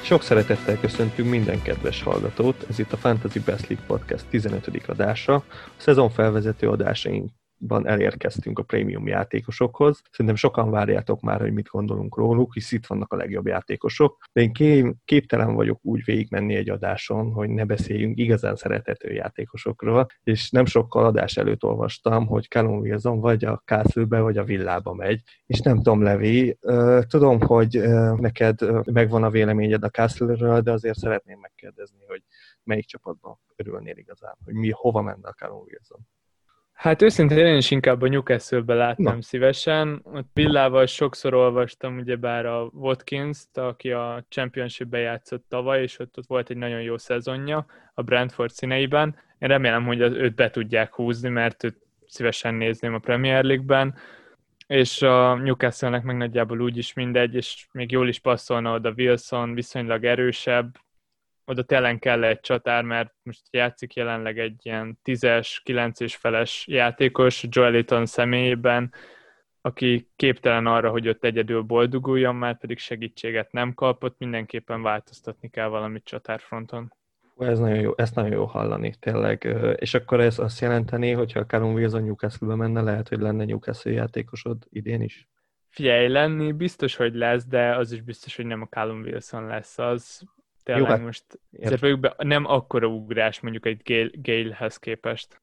Sok szeretettel köszöntünk minden kedves hallgatót, ez itt a Fantasy Best League Podcast 15. adása. A szezon felvezető adásainkban elérkeztünk a prémium játékosokhoz. Szerintem sokan várjátok már, hogy mit gondolunk róluk, hisz itt vannak a legjobb játékosok, de én képtelen vagyok úgy végigmenni egy adáson, hogy ne beszéljünk igazán szerethető játékosokról, és nem sokkal adás előtt olvastam, hogy Callum Wilson vagy a Castle-be, vagy a Villába megy, és nem tudom, Levi, tudom, hogy neked megvan a véleményed a Castle-ről, de azért szeretném megkérdezni, hogy melyik csapatban örülnél igazán, hogy hova menne a Callum Wilson. Hát őszintén én is inkább a Newcastle-be látnám szívesen. Ott Villával sokszor olvastam ugyebár a Watkins-t, aki a Championship-ben játszott tavaly, és ott volt egy nagyon jó szezonja a Brentford színeiben. Én remélem, hogy őt be tudják húzni, mert őt szívesen nézném a Premier League-ben, és a Newcastle-nek meg nagyjából úgyis mindegy, és még jól is passzolna oda Wilson, viszonylag erősebb. Oda tényleg kell egy csatár, mert most játszik jelenleg egy ilyen 10-es, 9-es feles játékos Joelinton személyében, aki képtelen arra, hogy ott egyedül boldoguljon, már pedig segítséget nem kapott, mindenképpen változtatni kell valamit csatárfronton. Ez nagyon jó, ezt nagyon jó hallani, tényleg. És akkor ez azt jelenteni, hogyha a Callum Wilson Newcastle-be menne, lehet, hogy lenne Newcastle játékosod idén is? Figyelj, lenni biztos, hogy lesz, de az is biztos, hogy nem a Callum Wilson lesz az. Tényleg jó, most nem akkora ugrás mondjuk egy Galehez képest.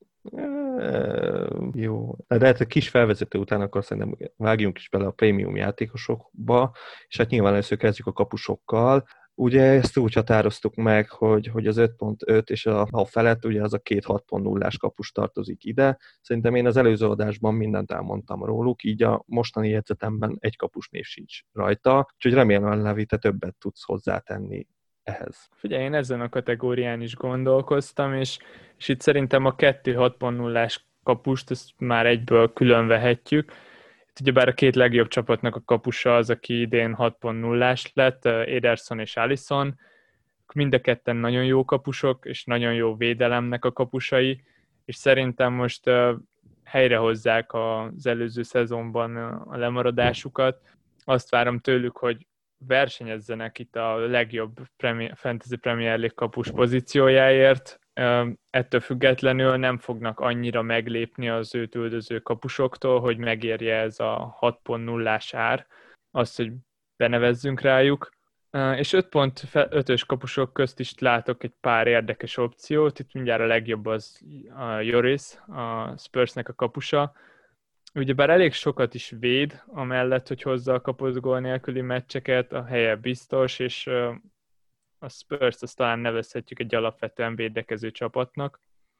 Jó. De hát a kis felvezető után akkor szerintem vágjunk is bele a prémium játékosokba, és hát nyilván először kezdjük a kapusokkal. Ugye ezt úgy határoztuk meg, hogy az 5.5 és a felett, ugye az a két 6.0-ás kapus tartozik ide. Szerintem én az előző adásban mindent elmondtam róluk, így a mostani jegyzetemben egy kapusnév sincs rajta, úgyhogy remélem, Levi, te többet tudsz hozzátenni ehhez. Figyelj, én ezen a kategórián is gondolkoztam, és itt szerintem a 6.0-ás kapust ezt már egyből külön vehetjük. Itt ugyebár a két legjobb csapatnak a kapusa az, aki idén 6.0-ás lett, Ederson és Alisson. Mind a ketten nagyon jó kapusok, és nagyon jó védelemnek a kapusai, és szerintem most helyrehozzák az előző szezonban a lemaradásukat. Azt várom tőlük, hogy versenyezzenek itt a legjobb Fantasy Premier League kapus pozíciójáért. Ettől függetlenül nem fognak annyira meglépni az őt üldöző kapusoktól, hogy megérje ez a 6.0-ás ár, azt, hogy benevezzünk rájuk. És 5.5-ös kapusok közt is látok egy pár érdekes opciót. Itt mindjárt a legjobb az a Lloris, a Spursnek a kapusa. Ugyebár elég sokat is véd, amellett, hogy hozza a kapott gól nélküli meccseket, a helye biztos, és a Spurs azt talán nevezhetjük egy alapvetően védekező csapatnak.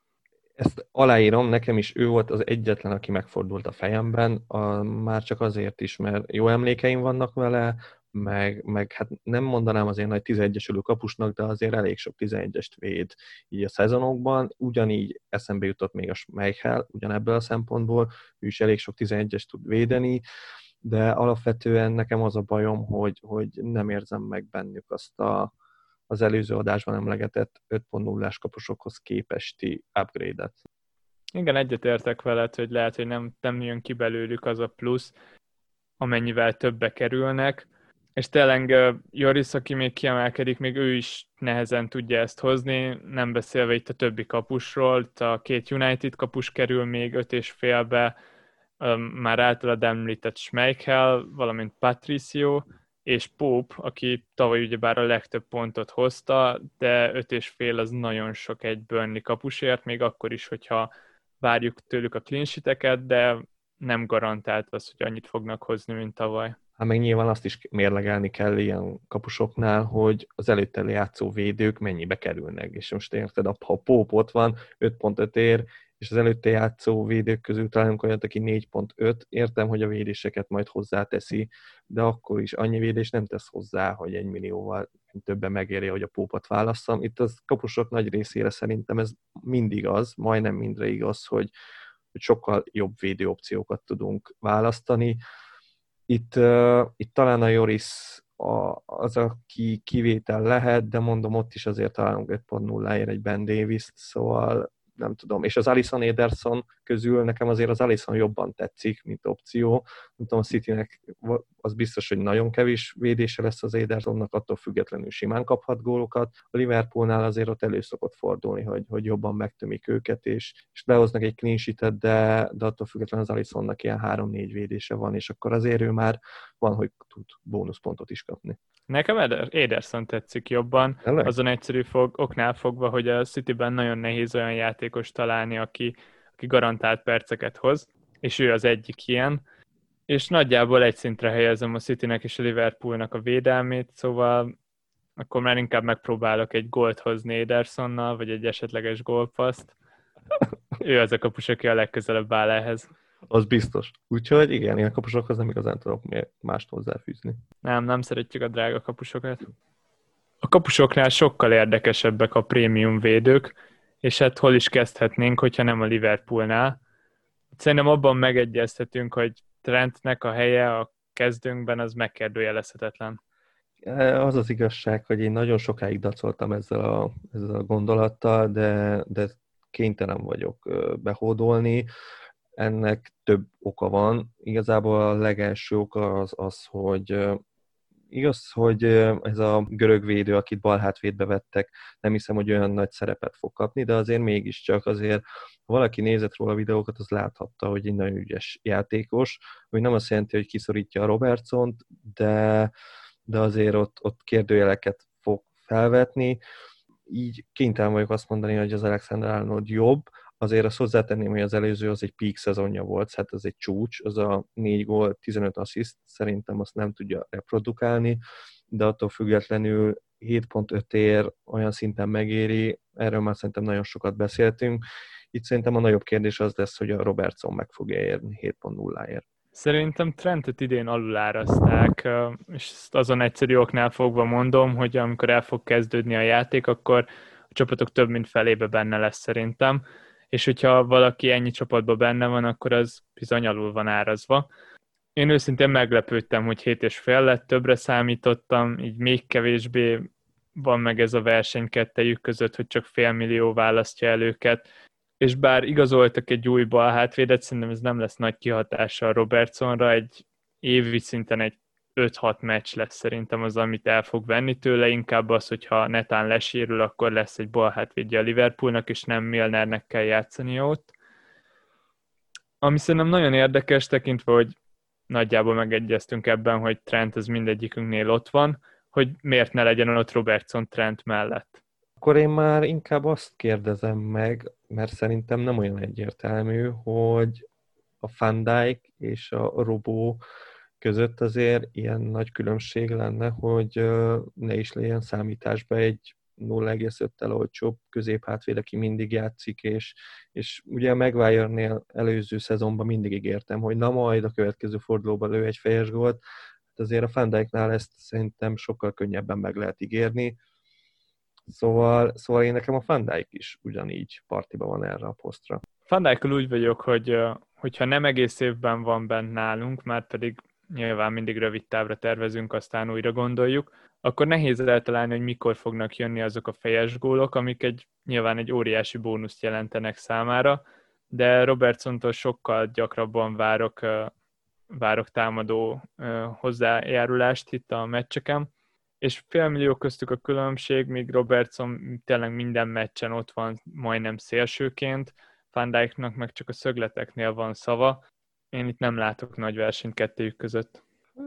Ezt aláírom, nekem is ő volt az egyetlen, aki megfordult a fejemben, már csak azért is, mert jó emlékeim vannak vele, meg hát nem mondanám azért nagy 11-esülő kapusnak, de azért elég sok 11-est véd így a szezonokban. Ugyanígy eszembe jutott még a Schmeichel, ugyanebből a szempontból, ő is elég sok 11-est tud védeni, de alapvetően nekem az a bajom, hogy nem érzem meg bennük azt az előző adásban emlegetett 5.0-ás kapusokhoz képesti upgrade-et. Igen, egyetértek veled, hogy lehet, hogy nem jön ki belőlük az a plusz, amennyivel többe kerülnek, és tényleg Lloris, aki még kiemelkedik, még ő is nehezen tudja ezt hozni, nem beszélve itt a többi kapusról, itt a két United kapus kerül még 5,5-be, már általad említett Schmeichel, valamint Patricio, és Pope, aki tavaly ugyebár a legtöbb pontot hozta, de 5,5 az nagyon sok egy Burnley kapusért, még akkor is, hogyha várjuk tőlük a clean sheeteket, de nem garantált az, hogy annyit fognak hozni, mint tavaly. Hát meg nyilván azt is mérlegelni kell ilyen kapusoknál, hogy az előtte játszó védők mennyibe kerülnek. És most érted, ha Pope ott van 5.5 ér, és az előtte játszó védők közül találunk olyat, aki 4.5, értem, hogy a védéseket majd hozzáteszi, de akkor is annyi védés nem tesz hozzá, hogy 1 millióval többen megérje, hogy a Pope-ot válasszam. Itt az kapusok nagy részére szerintem ez mindig az, majdnem mindre igaz, hogy sokkal jobb védőopciókat tudunk választani. Itt talán a Lloris az, aki kivétel lehet, de mondom, ott is azért találunk 5.0-ért egy Ben Davis-t, szóval nem tudom. És az Alisson Ederson közül nekem azért az Alisson jobban tetszik, mint opció. Nem tudom, a Citynek az biztos, hogy nagyon kevés védése lesz az Edersonnak, attól függetlenül simán kaphat gólokat. A Liverpoolnál azért ott elő szokott fordulni, hogy jobban megtömik őket, és behoznak egy clean sheetet, de attól függetlenül az Alissonnak ilyen 3-4 védése van, és akkor azért ő már van, hogy tud bónuszpontot is kapni. Nekem Ederson tetszik jobban, Tényleg? azon egyszerű oknál fogva, hogy a Cityben nagyon nehéz olyan játékos találni, aki garantált perceket hoz, és ő az egyik ilyen, és nagyjából egy szintre helyezem a Citynek és a Liverpoolnak a védelmét, szóval akkor már inkább megpróbálok egy gólt hozni Edersonnal, vagy egy esetleges gólpasszt. Ő az a kapus, aki a legközelebb áll ehhez. Az biztos. Úgyhogy igen, én a kapusokhoz nem igazán tudok mást hozzáfűzni. Nem szeretjük a drága kapusokat. A kapusoknál sokkal érdekesebbek a prémium védők, és hát hol is kezdhetnénk, hogyha nem a Liverpoolnál. Szerintem abban megegyezhetünk, hogy Trentnek a helye a kezdőnkben az megkérdőjelezhetetlen. Az az igazság, hogy én nagyon sokáig dacoltam ezzel a gondolattal, de kénytelen vagyok behódolni. Ennek több oka van. Igazából a legelső oka az, hogy igaz, hogy ez a görög védő, akit balhátvédbe vettek, nem hiszem, hogy olyan nagy szerepet fog kapni, de azért mégiscsak azért, ha valaki nézett róla a videókat, az láthatta, hogy egy nagyon ügyes játékos, hogy nem azt jelenti, hogy kiszorítja a Robertsont, de azért ott kérdőjeleket fog felvetni. Így kénytelen vagyok azt mondani, hogy az Alexander-Arnold jobb. Azért azt hozzátenném, hogy az előző az egy peak szezonja volt, hát az egy csúcs, az a 4 gól, 15 assziszt, szerintem azt nem tudja reprodukálni, de attól függetlenül 7.5 ér olyan szinten megéri, erről már szerintem nagyon sokat beszéltünk. Itt szerintem a nagyobb kérdés az lesz, hogy a Robertson meg fogja érni 7.0-ért. Szerintem Trentet idén aluláraszták, és ezt azon egyszerű oknál fogva mondom, hogy amikor el fog kezdődni a játék, akkor a csapatok több mint felébe benne lesz szerintem, és hogyha valaki ennyi csapatban benne van, akkor az bizony alul van árazva. Én őszintén meglepődtem, hogy 7,5 lett, többre számítottam, így még kevésbé van meg ez a verseny kettejük között, hogy csak 500 000 választja el őket, és bár igazoltak egy új balhátvédet, szerintem ez nem lesz nagy kihatással Robertsonra, egy évi szinten egy 5-6 meccs lesz szerintem az, amit el fog venni tőle, inkább az, hogyha netán lesérül, akkor lesz egy balhátvédje a Liverpoolnak, és nem Milnernek kell játszani ott. Ami szerintem nagyon érdekes, tekintve, hogy nagyjából megegyeztünk ebben, hogy Trent az mindegyikünknél ott van, hogy miért ne legyen ott Robertson Trent mellett. Akkor én már inkább azt kérdezem meg, mert szerintem nem olyan egyértelmű, hogy a Van Dijk és a Robó között azért ilyen nagy különbség lenne, hogy ne is legyen számításba egy 0,5-tel olcsóbb középhátvéd, aki mindig játszik, és ugye a Maguire-nél előző szezonban mindig ígértem, hogy na majd a következő fordulóban lő egy fejes gólt, azért a Van Dijknál ezt szerintem sokkal könnyebben meg lehet ígérni. Szóval én nekem a Van Dijk is ugyanígy partiba van erre a posztra. Van Dijkkal úgy vagyok, hogyha nem egész évben van bent nálunk, már pedig nyilván mindig rövid távra tervezünk, aztán újra gondoljuk, akkor nehéz eltalálni, hogy mikor fognak jönni azok a fejes gólok, amik nyilván egy óriási bónuszt jelentenek számára, de Robertsontól sokkal gyakrabban várok támadó hozzájárulást itt a meccseken, és 500 000 köztük a különbség, míg Robertson tényleg minden meccsen ott van majdnem szélsőként, Van Dijknak meg csak a szögleteknél van szava. Én itt nem látok nagy versenyt kettőjük között.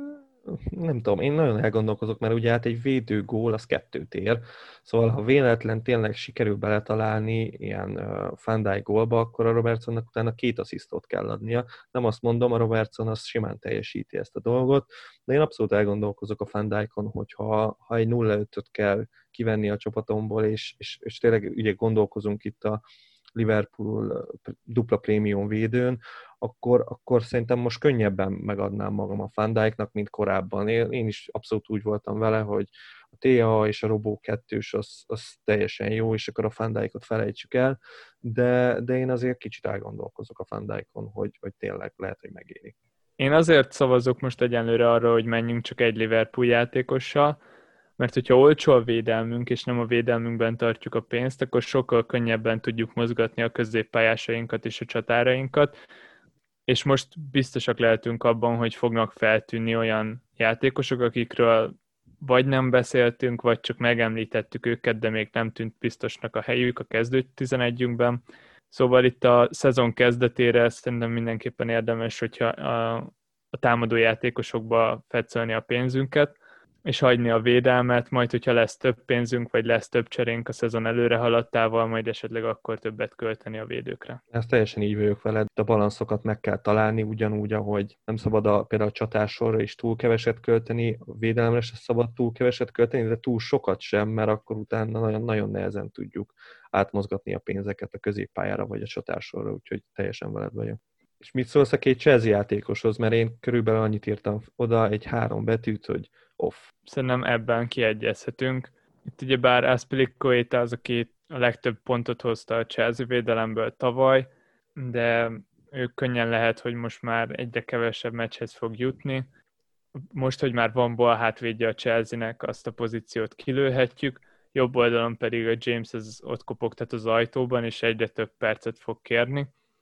Nem tudom, én nagyon elgondolkozok, mert ugye hát egy védő gól az 2 ér, szóval ha véletlen tényleg sikerül beletalálni ilyen Van Dijk gólba, akkor a Robertsonnak utána 2 asszisztot kell adnia. Nem azt mondom, a Robertson az simán teljesíti ezt a dolgot, de én abszolút elgondolkozok a Van Dijkon, hogy ha egy 0-5-öt kell kivenni a csapatomból, és tényleg ugye gondolkozunk itt a Liverpool dupla prémium védőn, akkor szerintem most könnyebben megadnám magam a Van Dijknak, mint korábban. Én is abszolút úgy voltam vele, hogy a TA és a Robó 2-s az teljesen jó, és akkor a Van Dijkot felejtsük el, de én azért kicsit elgondolkozok a Van Dijkon, hogy tényleg lehet, hogy megéri. Én azért szavazok most egyenlőre arra, hogy menjünk csak egy Liverpool játékossal, mert hogyha olcsó a védelmünk, és nem a védelmünkben tartjuk a pénzt, akkor sokkal könnyebben tudjuk mozgatni a középpályásainkat és a csatárainkat, és most biztosak lehetünk abban, hogy fognak feltűnni olyan játékosok, akikről vagy nem beszéltünk, vagy csak megemlítettük őket, de még nem tűnt biztosnak a helyük a kezdő 11-ünkben. Szóval itt a szezon kezdetére szerintem mindenképpen érdemes, hogyha a támadó játékosokba fetszölni a pénzünket, és hagyni a védelmet, majd hogyha lesz több pénzünk, vagy lesz több cserénk a szezon előre haladtával, majd esetleg akkor többet költeni a védőkre. Ez teljesen így vagyok veled, a balanszokat meg kell találni, ugyanúgy, ahogy nem szabad például a csatársorra is túl keveset költeni, a védelemre sem szabad túl keveset költeni, de túl sokat sem, mert akkor utána nagyon, nagyon nehezen tudjuk átmozgatni a pénzeket a középpályára vagy a csatársorra, úgyhogy teljesen veled vagyok. És mit szólsz a két Chelsea játékoshoz, mert én körülbelül annyit írtam oda, egy 3 betűt, hogy off. Szerintem ebben kiegyezhetünk. Itt ugyebár Azpilicueta az, aki a legtöbb pontot hozta a Chelsea védelemből tavaly, de ő könnyen lehet, hogy most már egyre kevesebb meccshez fog jutni. Most, hogy már van bal hátvédje a Chelsea-nek, azt a pozíciót kilőhetjük, jobb oldalon pedig a James az ott kopogtat az ajtóban, és egyre több percet fog kérni.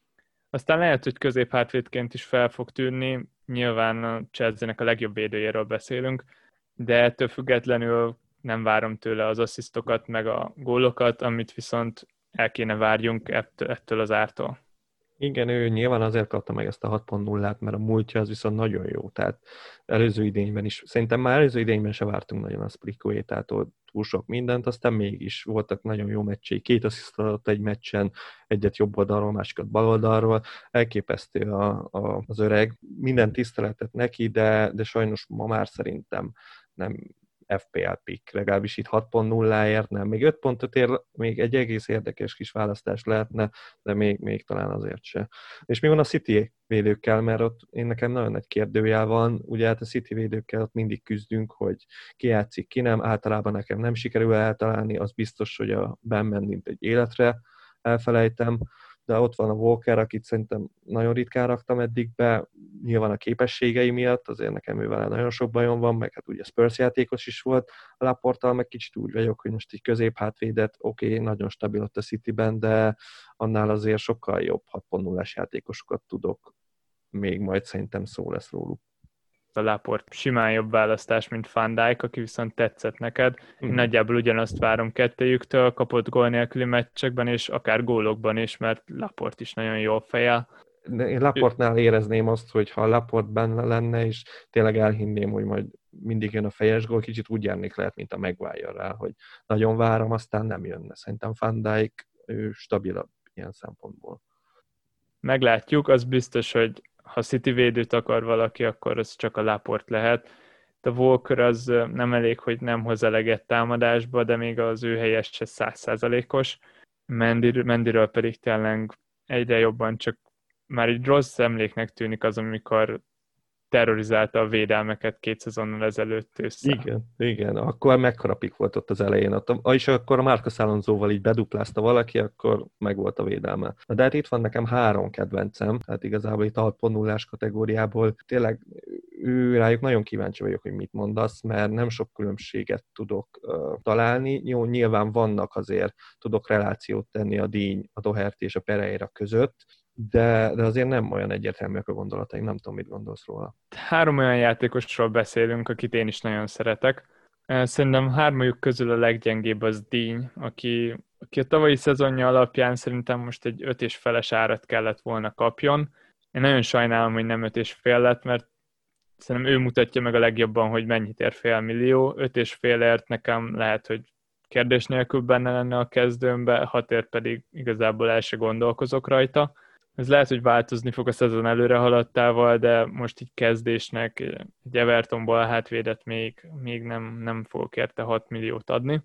Aztán lehet, hogy középhátvédként is fel fog tűnni, nyilván a Chelsea-nek a legjobb védőjéről beszélünk, de ettől függetlenül nem várom tőle az asszisztokat, meg a gólokat, amit viszont el kéne várjunk ettől az ártól. Igen, ő nyilván azért kapta meg ezt a 6.0-át, mert a múltja az viszont nagyon jó, tehát előző idényben is, szerintem már előző idényben se vártunk nagyon a Azpilicuétától túl sok mindent, aztán mégis voltak nagyon jó meccsei, 2 assziszt adott egy meccsen, egyet jobb oldalról, másikat bal oldalról, elképesztő az öreg, minden tiszteletet neki, de sajnos ma már szerintem nem FPL pick, legalábbis itt 6.0-ért nem. Még 5 pontot ér, még egy egész érdekes kis választás lehetne, de még talán azért se. És mi van a City védőkkel, mert ott nekem nagyon nagy kérdőjel van, ugye hát a City védőkkel ott mindig küzdünk, hogy ki játszik, ki nem, általában nekem nem sikerül eltalálni, az biztos, hogy a Ben Mendint egy életre elfelejtem, de ott van a Walker, akit szerintem nagyon ritkán raktam eddig be, nyilván a képességei miatt, azért nekem ővel nagyon sok bajom van, meg hát ugye Spurs játékos is volt, a Laporttal meg kicsit úgy vagyok, hogy most egy középhátvédet, oké, nagyon stabil ott a Cityben, de annál azért sokkal jobb 6.0-as játékosokat tudok, még majd szerintem szó lesz róluk. A Laporte simán jobb választás, mint Van Dijk, aki viszont tetszett neked. Én nagyjából ugyanazt várom kettőjüktől, kapott gól nélküli meccsekben, és akár gólokban is, mert Laporte is nagyon jól fejel. Én Laportnál érezném azt, hogy ha Laport benne lenne, és tényleg elhinném, hogy majd mindig jön a fejes gól, kicsit úgy járnék lehet, mint a Maguire-rel, hogy nagyon várom, aztán nem jönne. Szerintem Van Dijk ő stabilabb ilyen szempontból. Meglátjuk, az biztos, hogy ha City védőt akar valaki, akkor az csak a Laporte lehet. A Walker az nem elég, hogy nem hoz eleget támadásba, de még az ő helyes se 100%-os. Mendyről pedig tényleg egyre jobban csak már egy rossz emléknek tűnik az, amikor terrorizálta a védelmeket 2 szezonnal ezelőtt össze. Igen, akkor mekkora pik volt ott az elején. És akkor a Marcos Alonsóval így beduplázta valaki, akkor meg volt a védelme. De hát itt van nekem 3 kedvencem, tehát igazából itt a 6.0-ás kategóriából tényleg rájuk nagyon kíváncsi vagyok, hogy mit mondasz, mert nem sok különbséget tudok találni. Jó, nyilván vannak azért, tudok relációt tenni a Díny, a Doherty és a Pereira között, de azért nem olyan egyértelműek a gondolataim, nem tudom, mit gondolsz róla. 3 olyan játékosról beszélünk, akit én is nagyon szeretek. Szerintem 3 közül a leggyengébb az Díny, aki a tavalyi szezonja alapján szerintem most egy 5,5-es árat kellett volna kapjon. Én nagyon sajnálom, hogy nem 5,5 lett, mert szerintem ő mutatja meg a legjobban, hogy mennyit ér $500 000. 5,5-ért nekem lehet, hogy kérdés nélkül benne lenne a kezdőmbe, 6 pedig igazából el se gondolkozok rajta. Ez lehet, hogy változni fog a szezon előre haladtával, de most így kezdésnek egy Evertonból a hátvédet még nem fogok érte 6 milliót adni.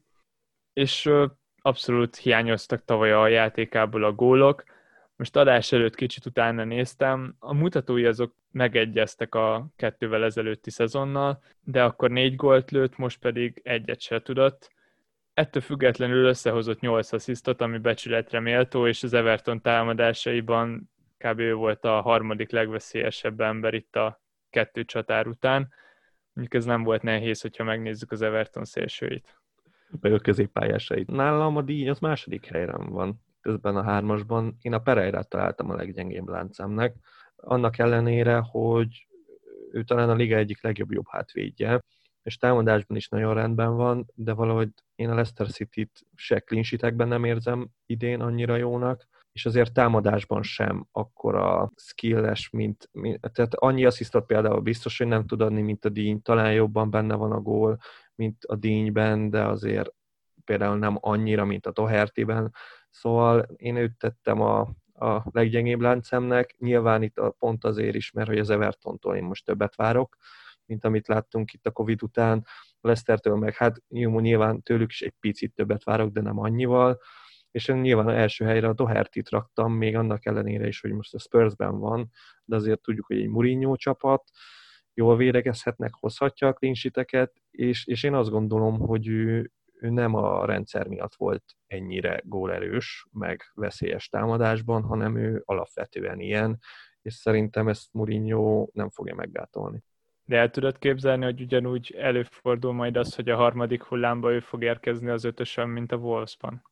És abszolút hiányoztak tavaly a játékából a gólok. Most adás előtt kicsit utána néztem, a mutatói azok megegyeztek a 2-vel ezelőtti szezonnal, de akkor 4 gólt lőtt, most pedig egyet se tudott. Ettől függetlenül összehozott 8 asszisztot, ami becsületre méltó, és az Everton támadásaiban kb. Ő volt a 3. legveszélyesebb ember itt a 2 csatár után. Mondjuk ez nem volt nehéz, hogyha megnézzük az Everton szélsőit. Meg a középpályásait. Nálam a díj az második helyen van. Közben a hármasban én a Pereirát találtam a leggyengébb láncemnek. Annak ellenére, hogy ő talán a liga egyik legjobb jobb hátvédje, és támadásban is nagyon rendben van, de valahogy én a Leicester City-t se clean sheetekben nem érzem idén annyira jónak, és azért támadásban sem akkora skilles, tehát annyi asszisztot például biztos, hogy nem tud adni, mint a Díny, talán jobban benne van a gól, mint a Dínyben, de azért például nem annyira, mint a Dohertyben, szóval én őt tettem a leggyengébb láncemnek, nyilván itt pont azért is, mert hogy az Evertontól én most többet várok, mint amit láttunk itt a Covid után, a Leicestertől meg hát nyilván tőlük is egy picit többet várok, de nem annyival, és én nyilván az első helyre a Dohertyt raktam, még annak ellenére is, hogy most a Spursben van, de azért tudjuk, hogy egy Mourinho csapat, jól védekezhetnek, hozhatja a clean sheeteket, és én azt gondolom, hogy ő nem a rendszer miatt volt ennyire gólerős, meg veszélyes támadásban, hanem ő alapvetően ilyen, és szerintem ezt Mourinho nem fogja meggátolni. De el tudod képzelni, hogy ugyanúgy előfordul majd az, hogy a harmadik hullámba ő fog érkezni az ötösön, mint a Wolvesban?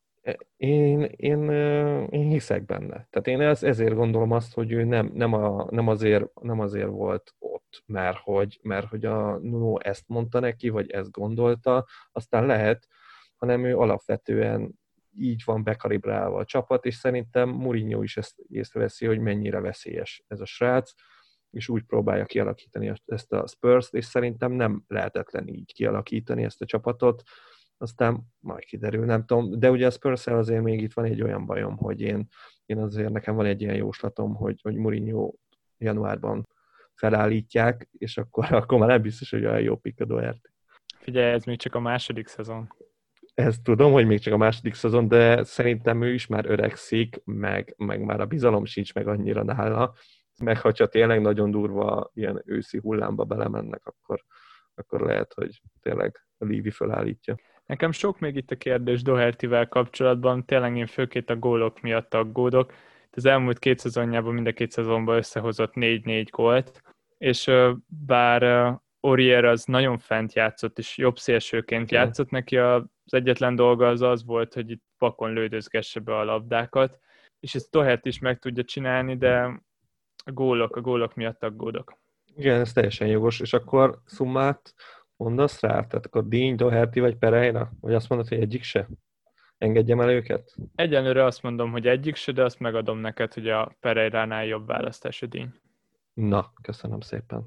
Én hiszek benne. Tehát én ezért gondolom azt, hogy ő nem azért volt ott, mert hogy a Nuno ezt mondta neki, vagy ezt gondolta, aztán lehet, hanem ő alapvetően így van bekalibrálva a csapat, és szerintem Mourinho is ezt észreveszi, hogy mennyire veszélyes ez a srác, és úgy próbálja kialakítani ezt a Spurs-t, és szerintem nem lehetetlen így kialakítani ezt a csapatot, aztán majd kiderül, nem tudom, de ugye a Spurs-el azért még itt van egy olyan bajom, hogy én azért nekem van egy ilyen jóslatom, hogy Mourinho januárban felállítják, és akkor már nem biztos, hogy olyan jó pick a Doherty. Figyelj, ez még csak a második szezon. Ezt tudom, hogy még csak a második szezon, de szerintem ő is már öregszik, meg már a bizalom sincs meg annyira nála, meg ha csak tényleg nagyon durva ilyen őszi hullámba belemennek, akkor lehet, hogy tényleg a Levy felállítja. Nekem sok még itt a kérdés Dohertyvel kapcsolatban, tényleg én főként a gólok miatt aggódok. Az elmúlt 2 szezonjában mind a 2 szezonban összehozott 4-4 gólt, és bár Aurier az nagyon fent játszott, és jobb szélsőként játszott, neki az egyetlen dolga az volt, hogy itt pakon lődözgesse be a labdákat, és ezt Doherty is meg tudja csinálni, de a gólok miatt aggódok. Igen, ez teljesen jogos, és akkor szummát mondasz rá? Tehát akkor Díny, Doherty vagy Pereira? Vagy azt mondod, hogy egyik se? Engedjem el őket? Egyenlőre azt mondom, hogy egyik se, de azt megadom neked, hogy a Pereiránál jobb választás a Díny. Na, köszönöm szépen.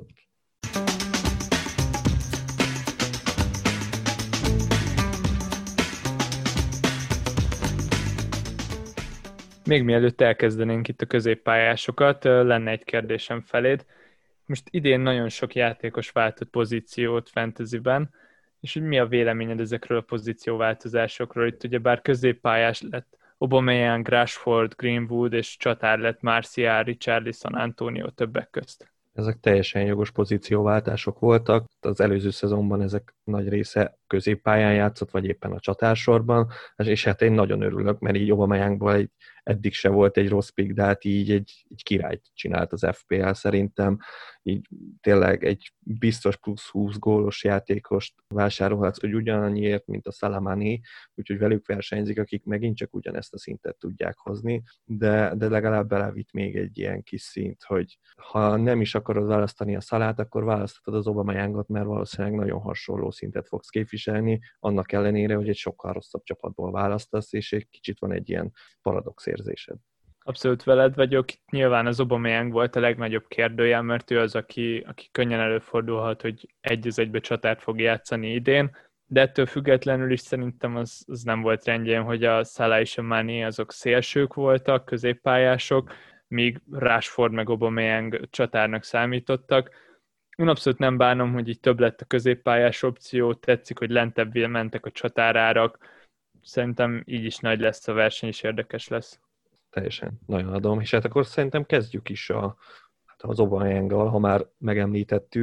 Még mielőtt elkezdenénk itt a középpályásokat, lenne egy kérdésem feléd. Most idén nagyon sok játékos váltott pozíciót fantasyben, és hogy mi a véleményed ezekről a pozícióváltozásokról? Itt ugyebár középpályás lett Aubameyang, Rashford, Greenwood, és csatár lett Martial, Richarlison, Antonio többek közt. Ezek teljesen jogos pozícióváltások voltak. Az előző szezonban ezek nagy része középpályán játszott, vagy éppen a csatársorban, és hát én nagyon örülök, mert így Aubameyangból eddig se volt egy rossz pick, de hát így egy királyt csinált az FPL szerintem. Így tényleg egy biztos plusz 20 gólos játékost vásárolhatsz, hogy ugyanannyiért, mint a Salamani, úgyhogy velük versenyzik, akik megint csak ugyanezt a szintet tudják hozni, de legalább belevitt még egy ilyen kis szint, hogy ha nem is akarod választani a Salát, akkor választhatod az Aubameyangot, mert valószínűleg nagyon hasonló szintet fogsz képviselni, annak ellenére, hogy egy sokkal rosszabb csapatból választasz, és egy kicsit van egy ilyen paradox érzésed. Abszolút veled vagyok. Nyilván az Aubameyang volt a legnagyobb kérdőjel, mert ő az, aki könnyen előfordulhat, hogy egy az egybe csatárt fog játszani idén, de ettől függetlenül is szerintem az nem volt rendjén, hogy a Salah és a Mané azok szélsők voltak, középpályások, míg Rashford meg Aubameyang csatárnak számítottak. Én abszolút nem bánom, hogy így több lett a középpályás opció, tetszik, hogy lentebb mentek a csatárárak, szerintem így is nagy lesz a verseny, és érdekes lesz. Teljesen, nagyon adom. És hát akkor szerintem kezdjük is az Aubameyanggal, ha már megemlítettük.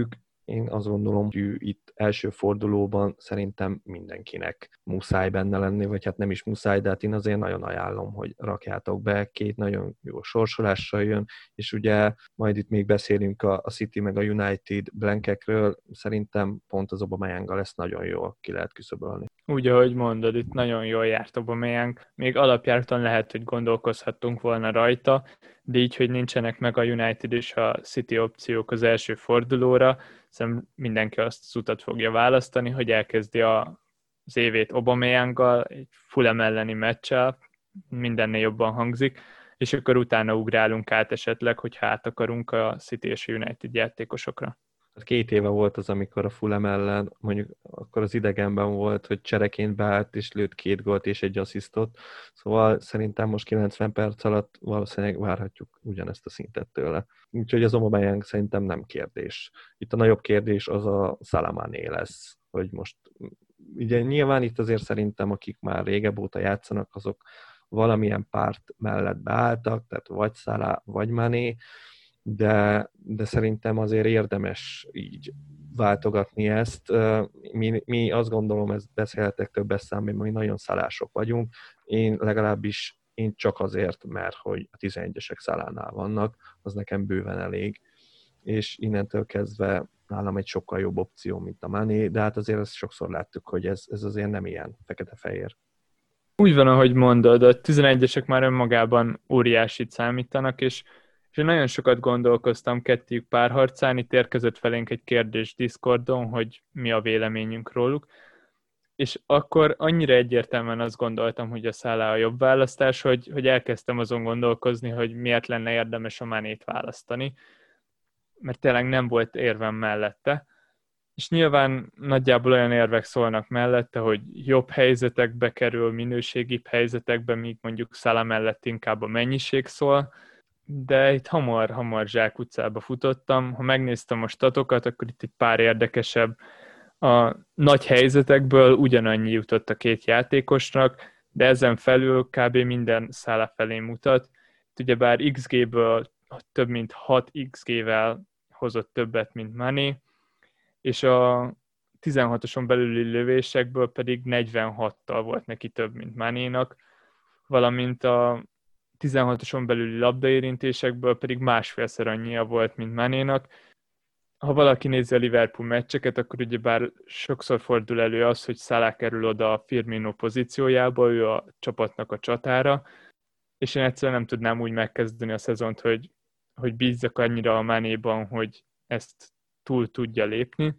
Én azt gondolom, hogy itt első fordulóban szerintem mindenkinek muszáj benne lenni, vagy hát nem is muszáj, de hát én azért nagyon ajánlom, hogy rakjátok be, két nagyon jó sorsolással jön, és ugye majd itt még beszélünk a City meg a United blankekről, szerintem pont az Aubameyanggal lesz nagyon jól ki lehet küszöbölni. Úgy, ahogy mondod, itt nagyon jól járt Aubameyang. Még alapjártan lehet, hogy gondolkozhattunk volna rajta, de így, hogy nincsenek meg a United és a City opciók az első fordulóra, szerintem mindenki azt az utat fogja választani, hogy elkezdi az évét Aubameyanggal, egy Fulham elleni meccsel, mindennél jobban hangzik, és akkor utána ugrálunk át esetleg, hogyha át akarunk a City és a United játékosokra. 2 éve volt az, amikor a Fulham ellen, mondjuk akkor az idegenben volt, hogy csereként beállt, és lőtt 2 gólt és egy asszisztot. Szóval szerintem most 90 perc alatt valószínűleg várhatjuk ugyanezt a szintet tőle. Úgyhogy az Aubameyang szerintem nem kérdés. Itt a nagyobb kérdés az a Salah-Mané lesz, hogy most ugye nyilván itt azért szerintem, akik már régebb óta játszanak, azok valamilyen párt mellett beálltak, tehát vagy Salah, vagy Mané, de szerintem azért érdemes így váltogatni ezt. Mi azt gondolom, ezt beszélhetek többes számban, mi nagyon szalások vagyunk. Én csak azért, mert hogy a 11-esek Salánál vannak, az nekem bőven elég, és innentől kezdve nálam egy sokkal jobb opció, mint a Mané, de hát azért ezt sokszor láttuk, hogy ez azért nem ilyen fekete-fehér. Úgy van, ahogy mondod, a 11-esek már önmagában óriásit számítanak, és én nagyon sokat gondolkoztam kettőjük párharcán, itt érkezett felénk egy kérdés Discordon, hogy mi a véleményünk róluk, és akkor annyira egyértelműen azt gondoltam, hogy a Salah a jobb választás, hogy elkezdtem azon gondolkozni, hogy miért lenne érdemes a Manét választani, mert tényleg nem volt érvem mellette. És nyilván nagyjából olyan érvek szólnak mellette, hogy jobb helyzetekbe kerül, minőségibb helyzetekbe, míg mondjuk Salah mellett inkább a mennyiség szól, de itt hamar zsákutcába futottam. Ha megnéztem a statokat, akkor itt egy pár érdekesebb. A nagy helyzetekből ugyanannyi jutott a két játékosnak, de ezen felül kb. Minden Salah felé mutat. Itt ugyebár XG-ből több mint 6 XG-vel hozott többet, mint Mané, és a 16-oson belüli lövésekből pedig 46-tal volt neki több, mint Manénak, valamint a 16-oson belüli labdaérintésekből pedig másfélszer annyia volt, mint Manénak. Ha valaki nézi a Liverpool meccseket, akkor ugyebár sokszor fordul elő az, hogy Salah kerül oda a Firmino pozíciójába, ő a csapatnak a csatára, és én egyszerűen nem tudnám úgy megkezdeni a szezont, hogy bízzak annyira a Manéban, hogy ezt túl tudja lépni.